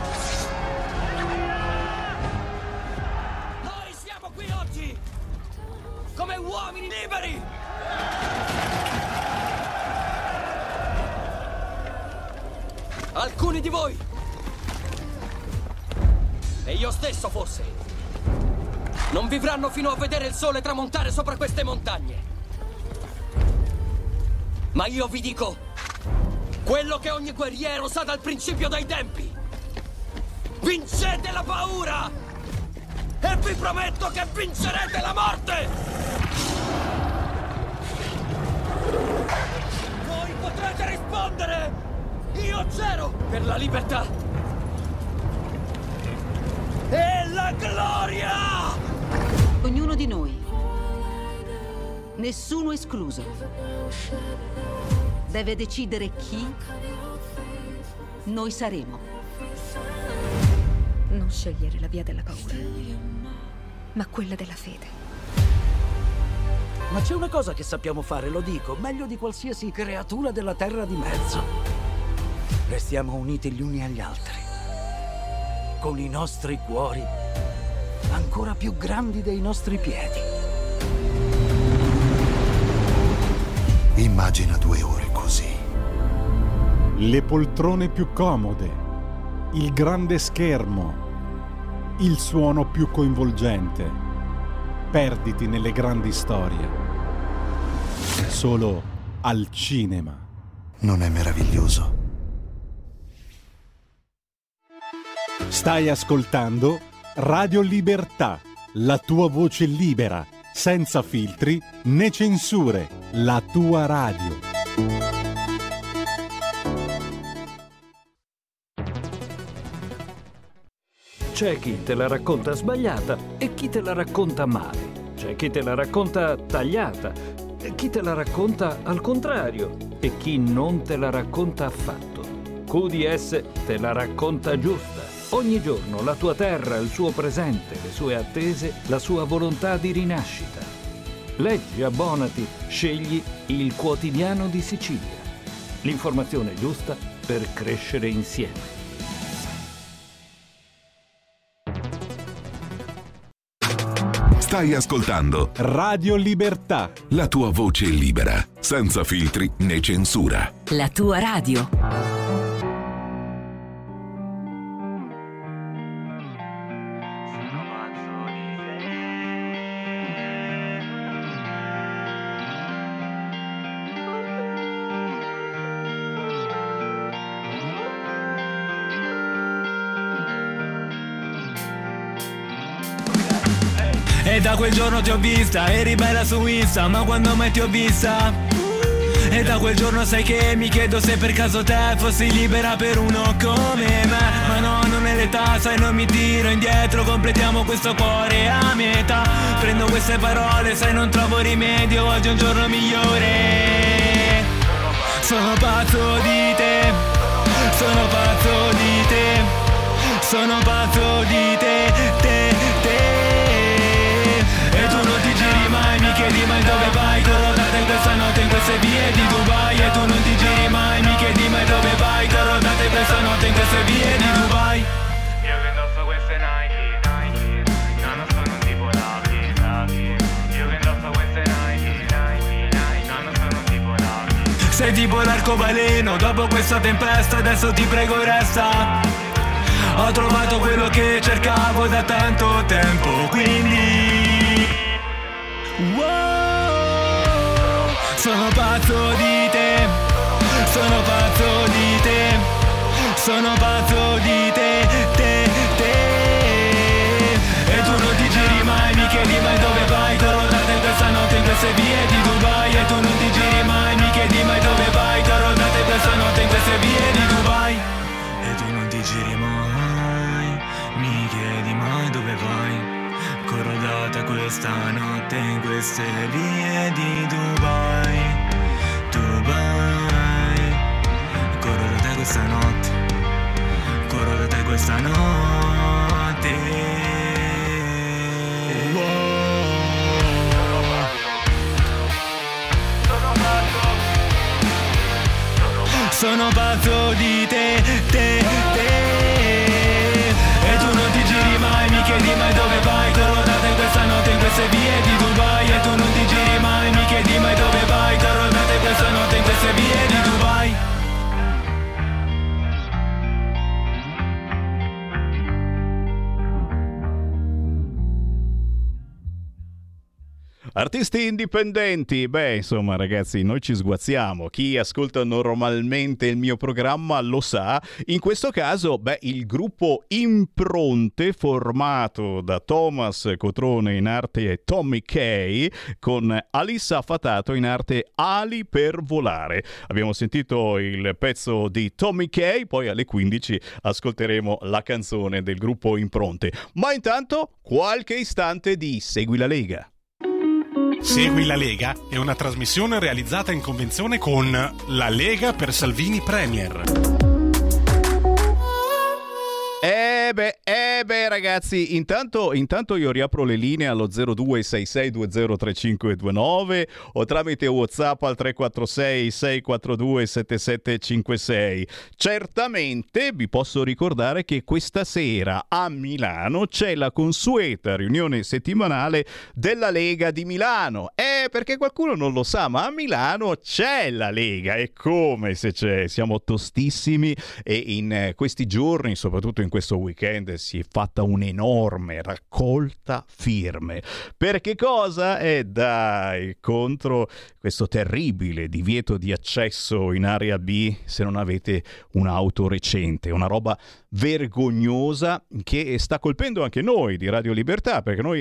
S4: Noi siamo qui oggi come uomini liberi! Alcuni di voi, e io stesso forse, non vivranno fino a vedere il sole tramontare sopra queste montagne. Ma io vi dico quello che ogni guerriero sa dal principio dei tempi. Vincete la paura! E vi prometto che vincerete la morte! Voi potrete rispondere! Io c'ero per la libertà! E la gloria!
S23: Ognuno di noi, nessuno escluso, deve decidere chi noi saremo.
S24: Non scegliere la via della paura, ma quella della fede.
S25: Ma c'è una cosa che sappiamo fare, lo dico, meglio di qualsiasi creatura della terra di mezzo. Restiamo uniti gli uni agli altri, con i nostri cuori ancora più grandi dei nostri piedi.
S14: Immagina 2 ore così.
S5: Le poltrone più comode, il grande schermo, il suono più coinvolgente. Perditi nelle grandi storie. Solo al cinema.
S14: Non è meraviglioso?
S5: Stai ascoltando Radio Libertà, la tua voce libera, senza filtri né censure, la tua radio.
S26: C'è chi te la racconta sbagliata e chi te la racconta male. C'è chi te la racconta tagliata, e chi te la racconta al contrario e chi non te la racconta affatto. QDS te la racconta giusta. Ogni giorno la tua terra, il suo presente, le sue attese, la sua volontà di rinascita. Leggi, abbonati, scegli il Quotidiano di Sicilia. L'informazione giusta per crescere insieme.
S9: Stai ascoltando
S5: Radio Libertà,
S9: la tua voce libera, senza filtri né censura.
S27: La tua radio.
S28: E da quel giorno ti ho vista, eri bella su Insta, ma quando mai ti ho vista? E da quel giorno sai che mi chiedo se per caso te fossi libera per uno come me. Ma no, non è l'età, sai, non mi tiro indietro, completiamo questo cuore a metà. Prendo queste parole, sai, non trovo rimedio, oggi è un giorno migliore. Sono pazzo di te, sono pazzo di te, sono pazzo di te, te. E tu non ti giri mai, mi chiedi mai dove vai. Corro da te questa notte in queste vie di Dubai. E tu non ti giri mai, mi chiedi mai dove vai. Corro da te questa notte in queste vie di Dubai. Io che indosso queste Nike, no, non sono un tipo Lucky. Io che indosso queste Nike, no, non sono un tipo Lucky. Sei tipo l'arcobaleno, dopo questa tempesta adesso ti prego resta. Ho trovato quello che cercavo da tanto tempo, quindi wow, sono pazzo di te, sono pazzo di te, sono pazzo di te, te, te. E tu non ti giri mai, mi chiedi mai dove vai, coronata in questa notte in queste vie di Dubai. E tu non ti giri mai, mi chiedi mai dove vai, coronata in questa notte in queste vie di Dubai. E tu non ti giri mai, mi chiedi mai dove vai, coronata questa notte in queste vie di Dubai. Dubai, corro da te questa notte, corro da te questa notte. Sono pazzo di te, te, te. E tu non ti giri mai, mi chiedi mai dove vai, corro da te questa notte in queste vie di Dubai. E tu non ti giri mai, mi chiedi mai dove vai, corro da te questa notte in queste vie di Dubai.
S2: Artisti indipendenti, beh insomma ragazzi, noi ci sguazziamo, chi ascolta normalmente il mio programma lo sa. In questo caso, beh, il gruppo Impronte, formato da Thomas Cotrone in arte Tommy Kay con Alissa Fatato in arte Ali per volare. Abbiamo sentito il pezzo di Tommy Kay, poi alle 15 ascolteremo la canzone del gruppo Impronte. Ma intanto qualche istante di Segui la Lega.
S6: Segui la Lega è una trasmissione realizzata in convenzione con La Lega per Salvini Premier.
S2: Ragazzi, intanto io riapro le linee allo 0266203529 o tramite WhatsApp al 346 642 7756. Certamente vi posso ricordare che questa sera a Milano c'è la consueta riunione settimanale della Lega di Milano. Perché qualcuno non lo sa, ma a Milano c'è la Lega, e come se c'è, siamo tostissimi, e in questi giorni, soprattutto in questo weekend, si è fatta un'enorme raccolta firme. Per che cosa? Dai, contro questo terribile divieto di accesso in area B se non avete un'auto recente, una roba vergognosa che sta colpendo anche noi di Radio Libertà, perché noi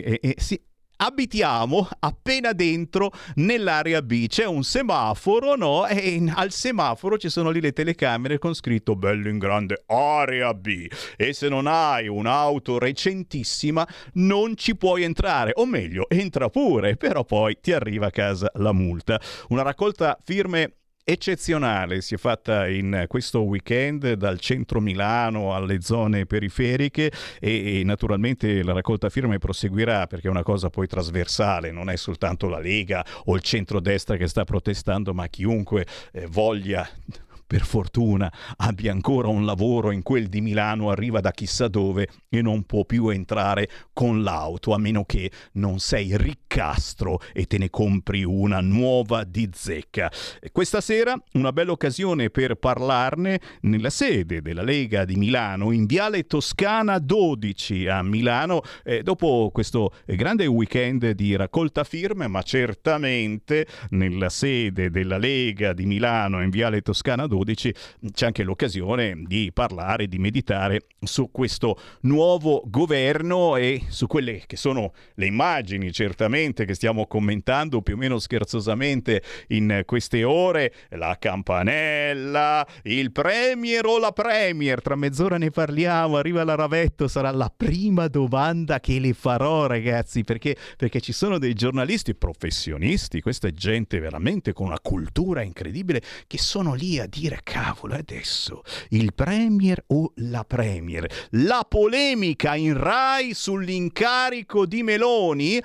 S2: abitiamo appena dentro nell'area B, c'è un semaforo, no? E al semaforo ci sono lì le telecamere con scritto bello in grande area B, e se non hai un'auto recentissima non ci puoi entrare, o meglio entra pure, però poi ti arriva a casa la multa. Una raccolta firme eccezionale si è fatta in questo weekend dal centro Milano alle zone periferiche, e naturalmente la raccolta firme proseguirà, perché è una cosa poi trasversale, non è soltanto la Lega o il centrodestra che sta protestando, ma chiunque voglia, per fortuna abbia ancora un lavoro in quel di Milano, arriva da chissà dove e non può più entrare con l'auto, a meno che non sei riccastro e te ne compri una nuova di zecca. Questa sera una bella occasione per parlarne nella sede della Lega di Milano, in Viale Toscana 12 a Milano, dopo questo grande weekend di raccolta firme, ma certamente nella sede della Lega di Milano in Viale Toscana 12 c'è anche l'occasione di parlare, di meditare su questo nuovo governo e su quelle che sono le immagini certamente che stiamo commentando più o meno scherzosamente in queste ore, la campanella, il premier o la premier, tra mezz'ora ne parliamo, arriva la Ravetto, sarà la prima domanda che le farò, ragazzi, perché ci sono dei giornalisti professionisti, questa è gente veramente con una cultura incredibile, che sono lì a dire cavolo, adesso il premier o la premier, la polemica in Rai sull'incarico di Meloni.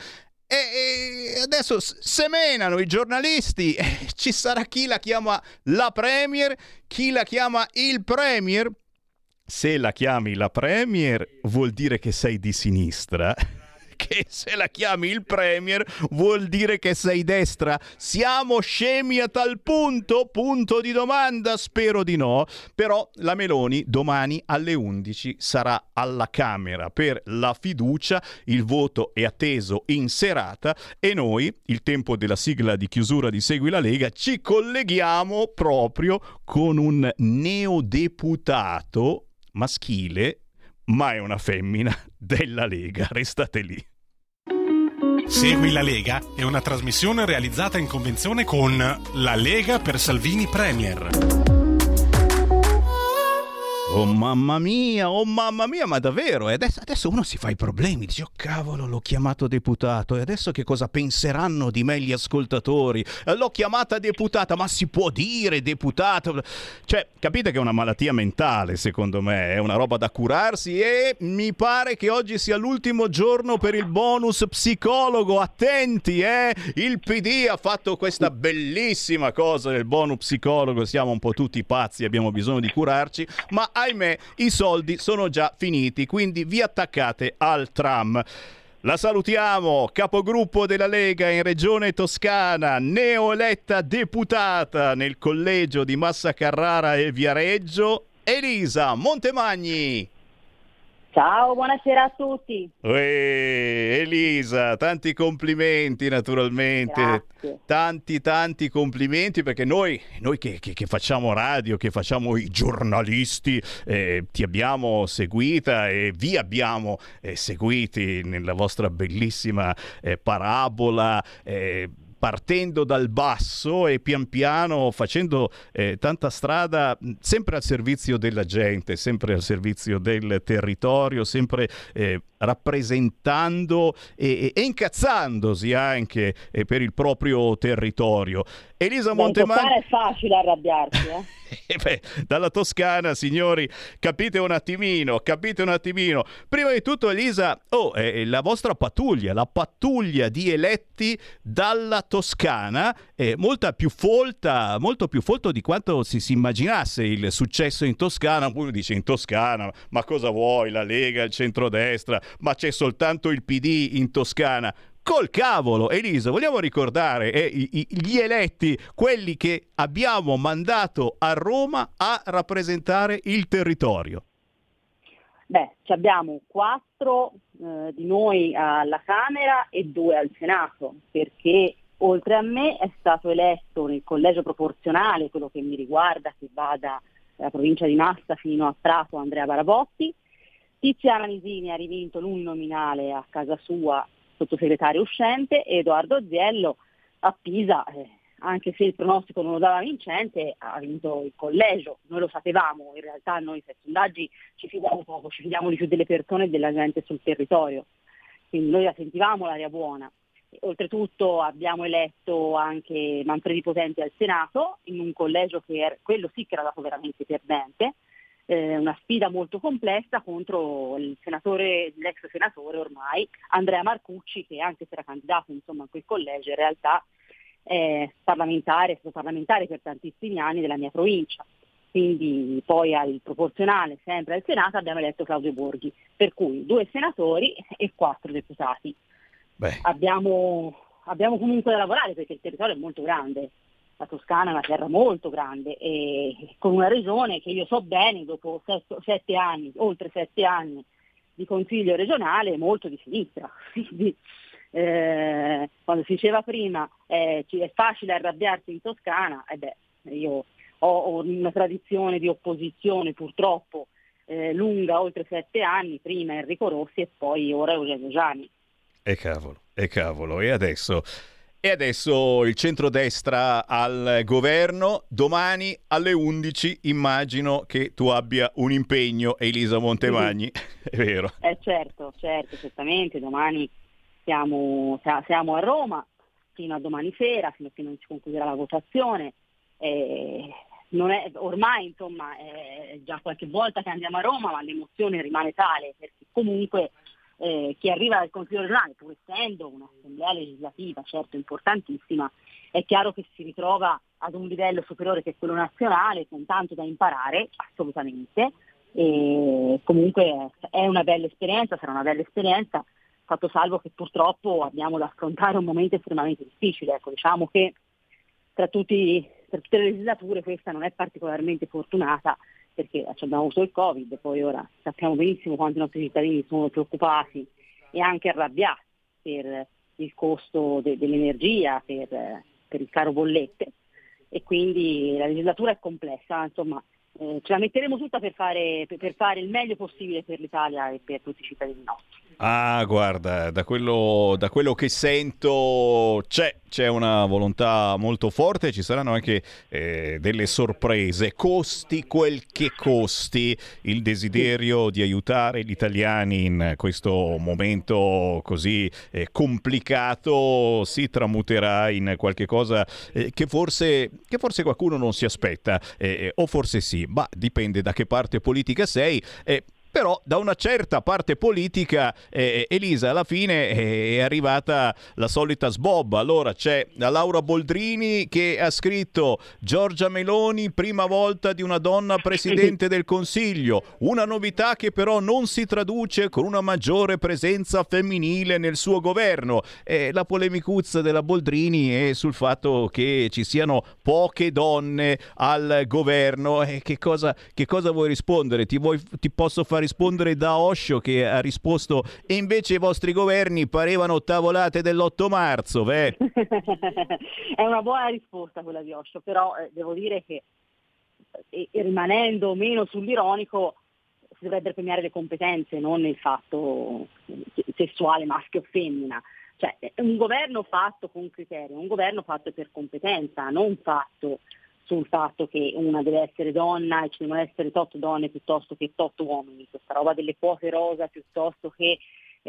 S2: E adesso semenano i giornalisti, ci sarà chi la chiama la premier, chi la chiama il premier. Se la chiami la premier vuol dire che sei di sinistra, che che se la chiami il Premier vuol dire che sei destra. Siamo scemi a tal punto? Punto di domanda? Spero di no. Però la Meloni domani alle 11 sarà alla Camera per la fiducia, il voto è atteso in serata e noi, il tempo della sigla di chiusura di Segui la Lega, ci colleghiamo proprio con un neodeputato maschile, ma è una femmina, della Lega. Restate lì.
S6: Segui la Lega è una trasmissione realizzata in convenzione con La Lega per Salvini Premier.
S2: Oh mamma mia, ma davvero? E adesso uno si fa i problemi, dice, oh cavolo, l'ho chiamato deputato, e adesso che cosa penseranno di me gli ascoltatori? L'ho chiamata deputata, ma si può dire deputato? Cioè, capite che è una malattia mentale, secondo me, è una roba da curarsi, e mi pare che oggi sia l'ultimo giorno per il bonus psicologo, attenti, il PD ha fatto questa bellissima cosa del bonus psicologo, siamo un po' tutti pazzi, abbiamo bisogno di curarci, ma ahimè, i soldi sono già finiti, quindi vi attaccate al tram. La salutiamo, capogruppo della Lega in Regione Toscana, neoeletta deputata nel collegio di Massa Carrara e Viareggio, Elisa Montemagni.
S7: Ciao, buonasera a tutti.
S2: Elisa, tanti complimenti naturalmente. Grazie. Tanti complimenti, perché noi che facciamo radio, che facciamo i giornalisti, ti abbiamo seguita e vi abbiamo seguiti nella vostra bellissima parabola, partendo dal basso e pian piano facendo tanta strada, sempre al servizio della gente, sempre al servizio del territorio, sempre rappresentando e incazzandosi anche per il proprio territorio. Elisa Montemagni...
S7: In Toscana è facile arrabbiarsi,
S2: dalla Toscana, signori, capite un attimino. Prima di tutto, Elisa, la vostra pattuglia, la pattuglia di eletti dalla Toscana, è molto più folto di quanto si immaginasse il successo in Toscana. Uno dice, in Toscana, ma cosa vuoi, la Lega, il centrodestra, ma c'è soltanto il PD in Toscana. Col cavolo, Elisa, vogliamo ricordare gli eletti, quelli che abbiamo mandato a Roma a rappresentare il territorio.
S7: Abbiamo 4 di noi alla Camera e 2 al Senato, perché oltre a me è stato eletto nel collegio proporzionale, quello che mi riguarda, che va dalla provincia di Massa fino a Prato, Andrea Barabotti. Tiziana Nisini ha rivinto l'uninominale a casa sua, sottosegretario uscente, e Edoardo Ziello a Pisa, anche se il pronostico non lo dava vincente, ha vinto il collegio. Noi lo sapevamo, in realtà noi per sondaggi ci fidiamo poco, ci fidiamo di più delle persone e della gente sul territorio, quindi noi la sentivamo l'aria buona. Oltretutto abbiamo eletto anche Manfredi Potenti al Senato, in un collegio che quello sì che era dato veramente perdente, una sfida molto complessa contro l'ex senatore ormai Andrea Marcucci, che anche se era candidato in quel collegio, in realtà è parlamentare, è stato parlamentare per tantissimi anni della mia provincia. Quindi poi al proporzionale, sempre al Senato, abbiamo eletto Claudio Borghi, per cui 2 senatori e 4 deputati. Abbiamo comunque da lavorare, perché il territorio è molto grande. La Toscana è una terra molto grande, e con una regione che io so bene, dopo 7 anni, oltre 7 anni di consiglio regionale, molto di sinistra. Quindi, quando si diceva prima è facile arrabbiarsi in Toscana, io ho una tradizione di opposizione purtroppo lunga, oltre 7 anni, prima Enrico Rossi e poi ora Eugenio Gianni.
S2: E cavolo, e adesso il centrodestra al governo. Domani alle 11 immagino che tu abbia un impegno, Elisa Montemagni, è vero?
S7: Certo, certamente. Domani siamo a Roma fino a domani sera, fino a che non si concluderà la votazione. Ormai è già qualche volta che andiamo a Roma, ma l'emozione rimane tale, perché comunque chi arriva dal Consiglio regionale, pur essendo un'assemblea legislativa certo importantissima, è chiaro che si ritrova ad un livello superiore che quello nazionale, con tanto da imparare, assolutamente, e comunque è una bella esperienza, sarà una bella esperienza, fatto salvo che purtroppo abbiamo da affrontare un momento estremamente difficile. Ecco, diciamo che tra tutte le legislature questa non è particolarmente fortunata, perché abbiamo avuto il Covid, poi ora sappiamo benissimo quanti i nostri cittadini sono preoccupati e anche arrabbiati per il costo dell'energia, per il caro bollette, e quindi la legislatura è complessa, insomma ce la metteremo tutta per fare il meglio possibile per l'Italia e per tutti i cittadini nostri.
S2: Ah, guarda, da quello che sento c'è una volontà molto forte, ci saranno anche delle sorprese, costi quel che costi, il desiderio di aiutare gli italiani in questo momento così complicato si tramuterà in qualche cosa che forse qualcuno non si aspetta, o forse sì, ma dipende da che parte politica sei. Però da una certa parte politica, Elisa, alla fine è arrivata la solita sbobba. Allora c'è la Laura Boldrini che ha scritto: Giorgia Meloni, prima volta di una donna presidente del Consiglio, una novità che però non si traduce con una maggiore presenza femminile nel suo governo. La polemicuzza della Boldrini è sul fatto che ci siano poche donne al governo. Che cosa vuoi rispondere? Ti posso far rispondere da Osho, che ha risposto: e invece i vostri governi parevano tavolate dell'8 marzo, beh.
S7: È una buona risposta quella di Osho, però devo dire che rimanendo meno sull'ironico si dovrebbero premiare le competenze, non il fatto sessuale maschio o femmina. Cioè è un governo fatto con criterio, un governo fatto per competenza, non fatto sul fatto che una deve essere donna e ci devono essere 8 donne piuttosto che 8 uomini, questa roba delle quote rosa piuttosto che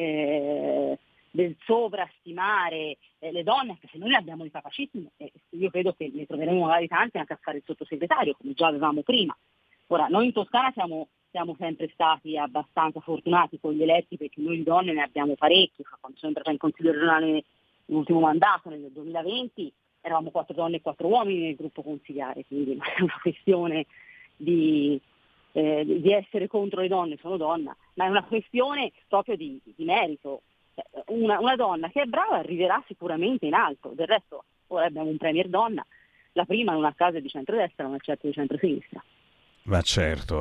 S7: del sovrastimare le donne, anche se noi ne abbiamo di capacissime, io credo che ne troveremo magari tanti anche a fare il sottosegretario, come già avevamo prima. Ora, noi in Toscana siamo sempre stati abbastanza fortunati con gli eletti, perché noi di donne ne abbiamo parecchie. Quando sono entrata in Consiglio regionale l'ultimo mandato, nel 2020, eravamo 4 donne e 4 uomini nel gruppo consigliare, quindi non è una questione di essere contro le donne, sono donna, ma è una questione proprio di merito. Una donna che è brava arriverà sicuramente in alto. Del resto ora abbiamo un premier donna, la prima non a caso è di centrodestra, non è certo di centrosinistra.
S2: Ma certo,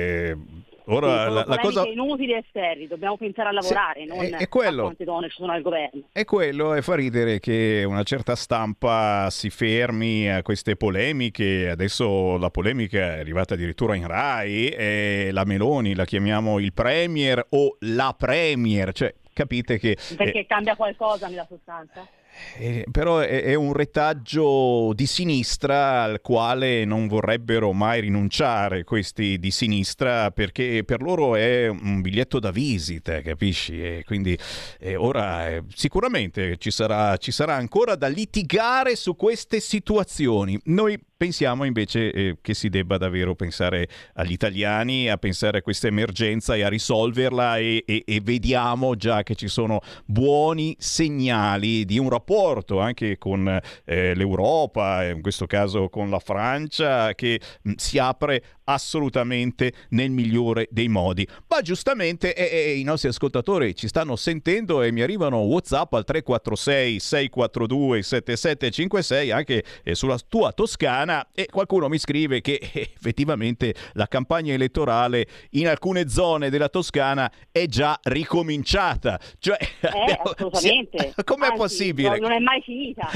S2: ora la cosa
S7: inutili e sterili, dobbiamo pensare a lavorare, non a quante donne ci sono al governo.
S2: È quello, e fa ridere che una certa stampa si fermi a queste polemiche. Adesso la polemica è arrivata addirittura in Rai, e la Meloni la chiamiamo il premier o la premier, cioè capite che
S7: perché cambia qualcosa nella sostanza?
S2: Però è un retaggio di sinistra al quale non vorrebbero mai rinunciare questi di sinistra, perché per loro è un biglietto da visita, capisci? E quindi ora sicuramente ci sarà ancora da litigare su queste situazioni. Noi pensiamo invece che si debba davvero pensare agli italiani, a pensare a questa emergenza e a risolverla, e vediamo già che ci sono buoni segnali di un rapporto anche con l'Europa, in questo caso con la Francia, che si apre assolutamente nel migliore dei modi. Ma giustamente i nostri ascoltatori ci stanno sentendo e mi arrivano WhatsApp al 346 642 7756 anche sulla tua Toscana, e qualcuno mi scrive che effettivamente la campagna elettorale in alcune zone della Toscana è già ricominciata. Cioè,
S7: assolutamente.
S2: Com'è possibile?
S7: Non è mai finita.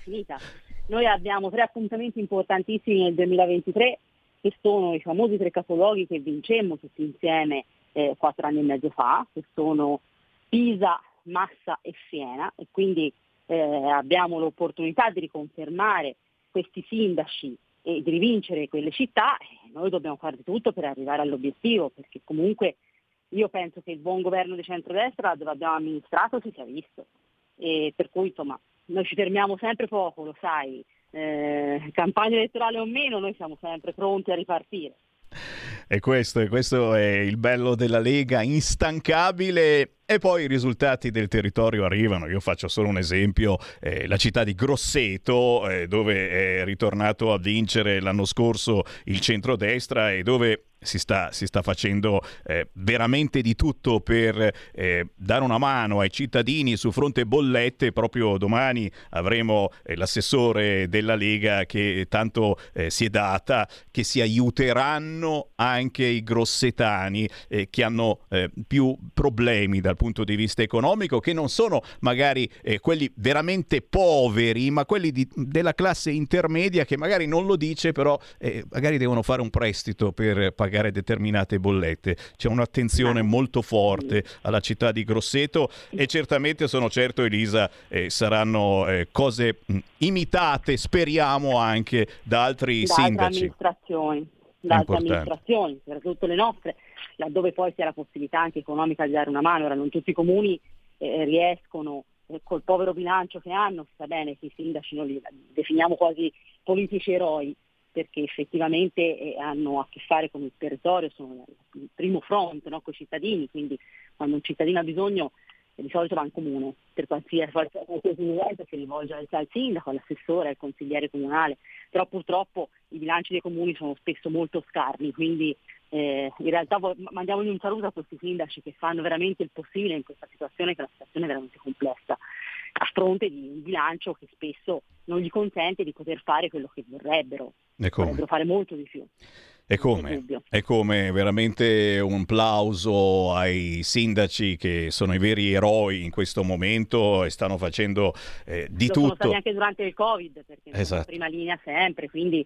S7: Noi abbiamo 3 appuntamenti importantissimi nel 2023, che sono i famosi 3 capoluoghi che vincemmo tutti insieme 4 anni e mezzo fa, che sono Pisa, Massa e Siena, e quindi abbiamo l'opportunità di riconfermare questi sindaci e di rivincere quelle città. Noi dobbiamo fare di tutto per arrivare all'obiettivo, perché comunque io penso che il buon governo di centrodestra, dove abbiamo amministrato, si sia visto, e per cui insomma noi ci fermiamo sempre poco, lo sai. Campagna elettorale o meno, noi siamo sempre pronti a ripartire.
S2: E questo è il bello della Lega, instancabile. E poi i risultati del territorio arrivano. Io faccio solo un esempio: la città di Grosseto, dove è ritornato a vincere l'anno scorso il centrodestra, e dove si sta facendo veramente di tutto per dare una mano ai cittadini su fronte bollette. Proprio domani avremo l'assessore della Lega che tanto si è data, che si aiuteranno anche i grossetani che hanno più problemi dal punto di vista economico, che non sono magari quelli veramente poveri, ma quelli della classe intermedia, che magari non lo dice, però magari devono fare un prestito per pagare determinate bollette. C'è un'attenzione molto forte alla città di Grosseto e certamente sono certo, Elisa, saranno cose imitate, speriamo, anche da altri sindaci.
S7: Da altre amministrazioni, soprattutto le nostre, laddove poi si ha la possibilità anche economica di dare una mano. Ora non tutti i comuni riescono, col povero bilancio che hanno, sta bene che i sindaci non li definiamo quasi politici eroi, perché effettivamente hanno a che fare con il territorio, sono il primo fronte, no, con i cittadini, quindi quando un cittadino ha bisogno di solito va in comune, per qualsiasi evento si rivolge al sindaco, all'assessore, al consigliere comunale, però purtroppo i bilanci dei comuni sono spesso molto scarni, quindi in realtà mandiamogli un saluto a questi sindaci che fanno veramente il possibile in questa situazione, che è una situazione veramente complessa, a fronte di un bilancio che spesso non gli consente di poter fare quello che vorrebbero fare molto di più.
S2: È come veramente un plauso ai sindaci, che sono i veri eroi in questo momento e stanno facendo di tutto.
S7: Sono stati anche durante il Covid, perché sono in prima linea sempre, quindi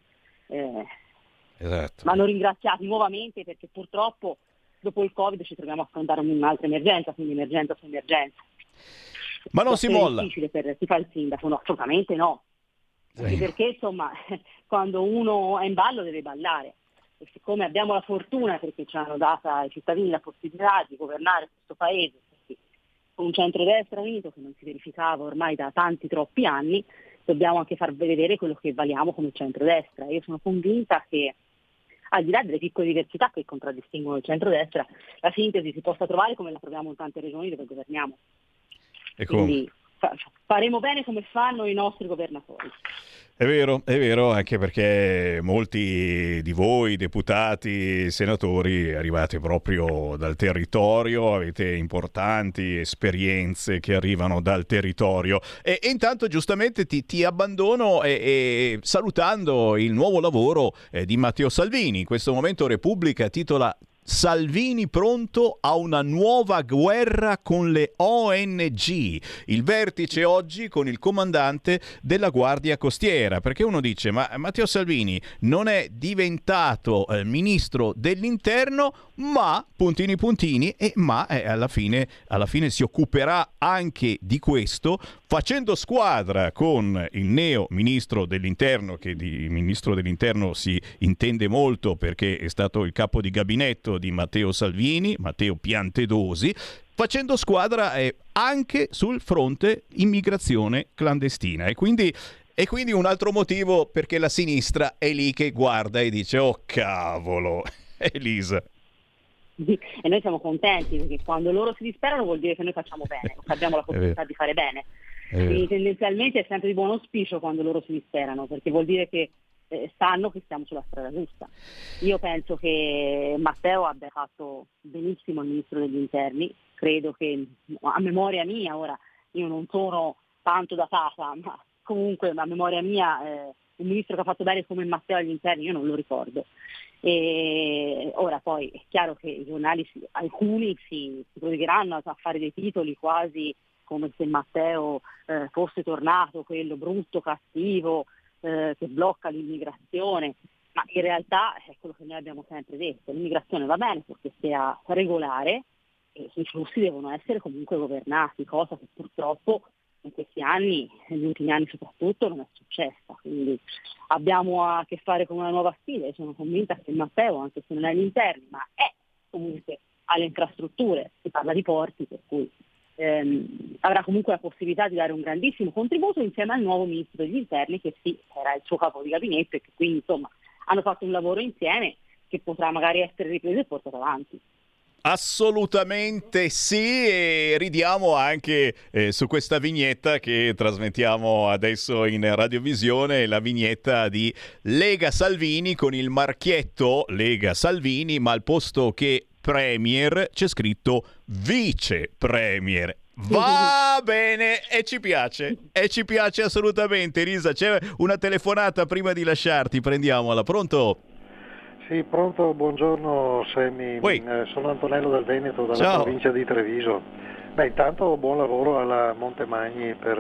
S7: vanno ringraziati nuovamente, perché purtroppo dopo il Covid ci troviamo a affrontare un'altra emergenza, quindi emergenza su emergenza.
S2: Ma non si molla.
S7: È difficile per chi fa il sindaco, no, assolutamente no. Anche perché insomma quando uno è in ballo deve ballare, e siccome abbiamo la fortuna, perché ci hanno data ai cittadini la possibilità di governare questo paese con un centrodestra unito che non si verificava ormai da troppi anni, dobbiamo anche far vedere quello che valiamo come centrodestra. Io sono convinta che, al di là delle piccole diversità che contraddistinguono il centrodestra, la sintesi si possa trovare come la troviamo in tante regioni dove governiamo. Quindi faremo bene come fanno i nostri governatori.
S2: È vero, anche perché molti di voi, deputati, senatori, arrivate proprio dal territorio, avete importanti esperienze che arrivano dal territorio. E intanto giustamente ti abbandono salutando il nuovo lavoro di Matteo Salvini. In questo momento Repubblica titola: Salvini pronto a una nuova guerra con le ONG. Il vertice oggi con il comandante della Guardia Costiera, perché uno dice: ma Matteo Salvini non è diventato ministro dell'interno, ma puntini alla fine si occuperà anche di questo, facendo squadra con il neo ministro dell'interno, che di ministro dell'interno si intende molto perché è stato il capo di gabinetto di Matteo Salvini, Matteo Piantedosi, facendo squadra anche sul fronte immigrazione clandestina. E quindi un altro motivo perché la sinistra è lì che guarda e dice: oh cavolo, Elisa.
S7: E noi siamo contenti, perché quando loro si disperano vuol dire che noi facciamo bene, che abbiamo la possibilità di fare bene. Quindi tendenzialmente è sempre di buon auspicio quando loro si disperano, perché vuol dire che sanno che stiamo sulla strada giusta. Io penso che Matteo abbia fatto benissimo il ministro degli interni, credo che, a memoria mia, ora io non sono tanto datata, ma comunque a memoria mia un ministro che ha fatto bene come Matteo agli interni io non lo ricordo. E ora poi è chiaro che i giornali, alcuni si prodigheranno a fare dei titoli quasi come se Matteo fosse tornato quello brutto, cattivo, che blocca l'immigrazione, ma in realtà è quello che noi abbiamo sempre detto: l'immigrazione va bene perché sia regolare e i flussi devono essere comunque governati, cosa che purtroppo in questi anni, negli ultimi anni soprattutto, non è successa. Quindi abbiamo a che fare con una nuova sfida. Io sono convinta che Matteo, anche se non è agli interni, ma è comunque alle infrastrutture, si parla di porti, per cui avrà comunque la possibilità di dare un grandissimo contributo insieme al nuovo ministro degli interni, che sì, era il suo capo di gabinetto, e che quindi insomma hanno fatto un lavoro insieme che potrà magari essere ripreso e portato avanti.
S2: Assolutamente sì, e ridiamo anche su questa vignetta che trasmettiamo adesso in radiovisione, la vignetta di Lega Salvini con il marchietto Lega Salvini, ma al posto che Premier c'è scritto Vice Premier. Va bene, e ci piace assolutamente. Elisa, c'è una telefonata prima di lasciarti, prendiamola. Pronto?
S3: Sì, pronto, buongiorno Sammy, sono Antonello del Veneto, dalla provincia di Treviso. Beh, intanto buon lavoro alla Montemagni per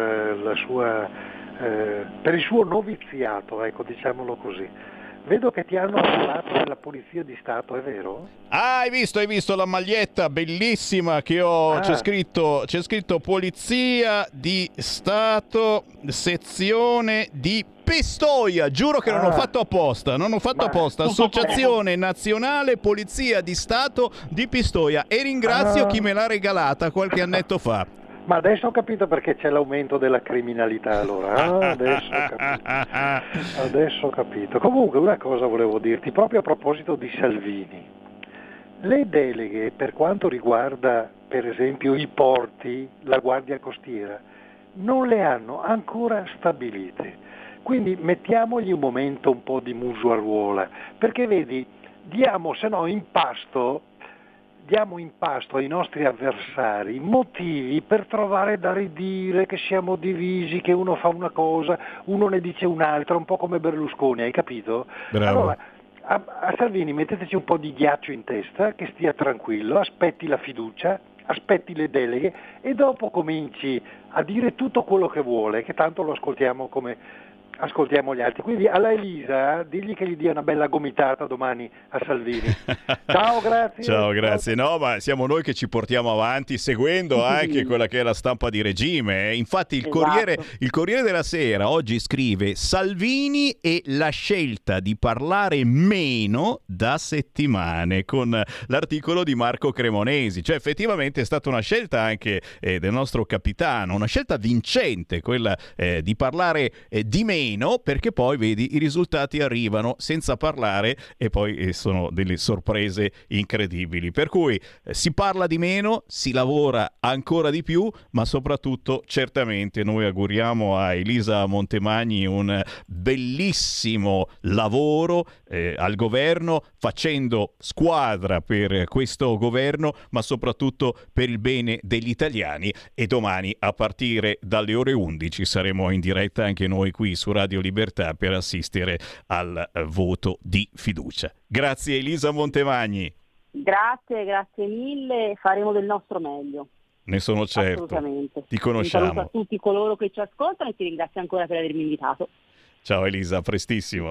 S3: il suo noviziato, ecco, diciamolo così. Vedo che ti hanno parlato della Polizia di Stato, è vero?
S2: Ah, hai visto la maglietta bellissima che ho, c'è scritto Polizia di Stato, sezione di Pistoia, giuro che non ho fatto apposta, Associazione Nazionale Polizia di Stato di Pistoia, e ringrazio chi me l'ha regalata qualche annetto fa.
S3: Ma adesso ho capito perché c'è l'aumento della criminalità, allora. Adesso ho capito. Comunque una cosa volevo dirti, proprio a proposito di Salvini. Le deleghe per quanto riguarda, per esempio, i porti, la Guardia Costiera, non le hanno ancora stabilite. Quindi mettiamogli un momento un po' di muso a ruola, perché vedi, diamo in pasto ai nostri avversari motivi per trovare da ridire, che siamo divisi, che uno fa una cosa, uno ne dice un'altra, un po' come Berlusconi, hai capito?
S2: Bravo.
S3: Allora, a Salvini metteteci un po' di ghiaccio in testa, che stia tranquillo, aspetti la fiducia, aspetti le deleghe e dopo cominci a dire tutto quello che vuole, che tanto lo ascoltiamo come ascoltiamo gli altri. Quindi alla Elisa digli che gli dia una bella gomitata domani a Salvini. Ciao, grazie.
S2: Ciao, grazie. No, ma siamo noi che ci portiamo avanti seguendo anche quella che è la stampa di regime. Infatti il Corriere della Sera oggi scrive: Salvini e la scelta di parlare meno da settimane, con l'articolo di Marco Cremonesi. Cioè effettivamente è stata una scelta anche del nostro capitano, una scelta vincente, quella di parlare di meno, perché poi vedi i risultati arrivano senza parlare e poi sono delle sorprese incredibili. Per cui si parla di meno, si lavora ancora di più, ma soprattutto certamente noi auguriamo a Elisa Montemagni un bellissimo lavoro al governo, facendo squadra per questo governo, ma soprattutto per il bene degli italiani. E domani a partire dalle ore 11 saremo in diretta anche noi qui su Radio Libertà per assistere al voto di fiducia. Grazie Elisa Montemagni.
S7: Grazie mille, faremo del nostro meglio.
S2: Ne sono certo.
S7: Assolutamente.
S2: Ti conosciamo.
S7: Un saluto a tutti coloro che ci ascoltano e ti ringrazio ancora per avermi invitato.
S2: Ciao Elisa, prestissimo.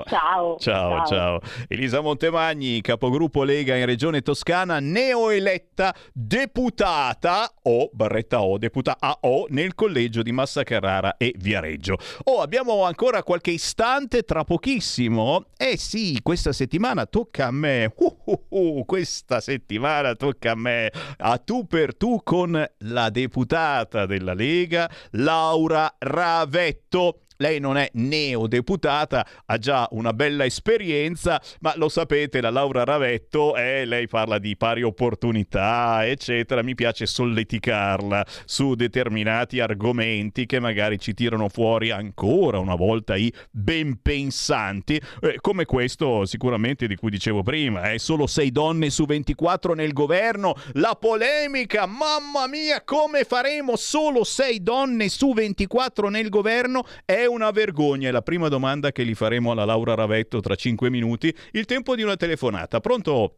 S7: Ciao.
S2: Elisa Montemagni, capogruppo Lega in Regione Toscana, neoeletta deputata deputata AO nel collegio di Massa Carrara e Viareggio. Abbiamo ancora qualche istante, tra pochissimo. Sì, questa settimana tocca a me. Questa settimana tocca a me. A tu per tu con la deputata della Lega, Laura Ravetto. Lei non è neodeputata, ha già una bella esperienza, ma lo sapete, la Laura Ravetto, lei parla di pari opportunità, eccetera. Mi piace solleticarla su determinati argomenti che magari ci tirano fuori ancora una volta i ben pensanti, come questo sicuramente di cui dicevo prima, solo 6 donne su 24 nel governo, la polemica, mamma mia, come faremo solo 6 donne su 24 nel governo? È una vergogna. È la prima domanda che gli faremo alla Laura Ravetto tra 5 minuti. Il tempo di una telefonata. Pronto?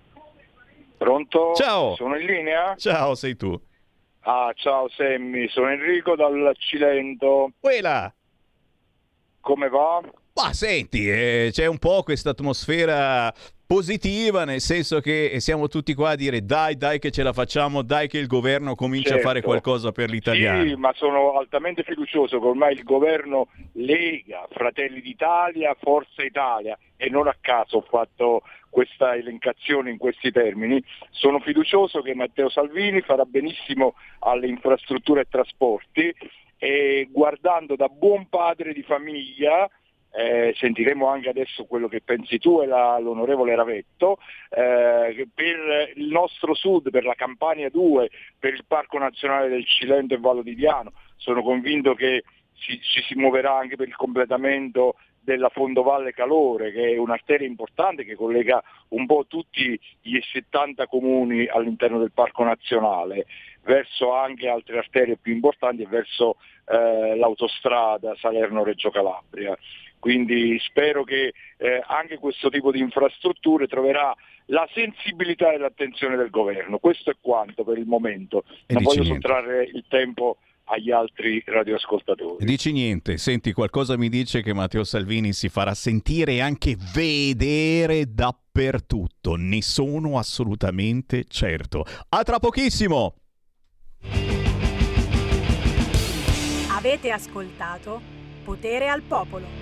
S8: Pronto?
S2: Ciao.
S8: Sono in linea?
S2: Ciao, sei tu.
S8: Ciao Sammy, sono Enrico dal Cilento.
S2: Quella.
S8: Come va?
S2: Ma senti, c'è un po' questa atmosfera positiva, nel senso che siamo tutti qua a dire dai che ce la facciamo, dai che il governo comincia a fare qualcosa per l'italiano.
S8: Sì, ma sono altamente fiducioso che ormai il governo Lega, Fratelli d'Italia, Forza Italia, e non a caso ho fatto questa elencazione in questi termini, sono fiducioso che Matteo Salvini farà benissimo alle infrastrutture e trasporti, e guardando da buon padre di famiglia sentiremo anche adesso quello che pensi tu e l'onorevole Ravetto, per il nostro sud, per la Campania 2, per il Parco Nazionale del Cilento e Vallo di Diano. Sono convinto che ci si muoverà anche per il completamento della Fondovalle Calore, che è un'arteria importante che collega un po' tutti gli 70 comuni all'interno del Parco Nazionale, verso anche altre arterie più importanti e verso l'autostrada Salerno-Reggio Calabria. Quindi spero che anche questo tipo di infrastrutture troverà la sensibilità e l'attenzione del governo. Questo è quanto per il momento. Non voglio sottrarre il tempo agli altri radioascoltatori.
S2: Dici niente, senti, qualcosa mi dice che Matteo Salvini si farà sentire e anche vedere dappertutto, ne sono assolutamente certo. A tra pochissimo!
S11: Avete ascoltato Potere al Popolo.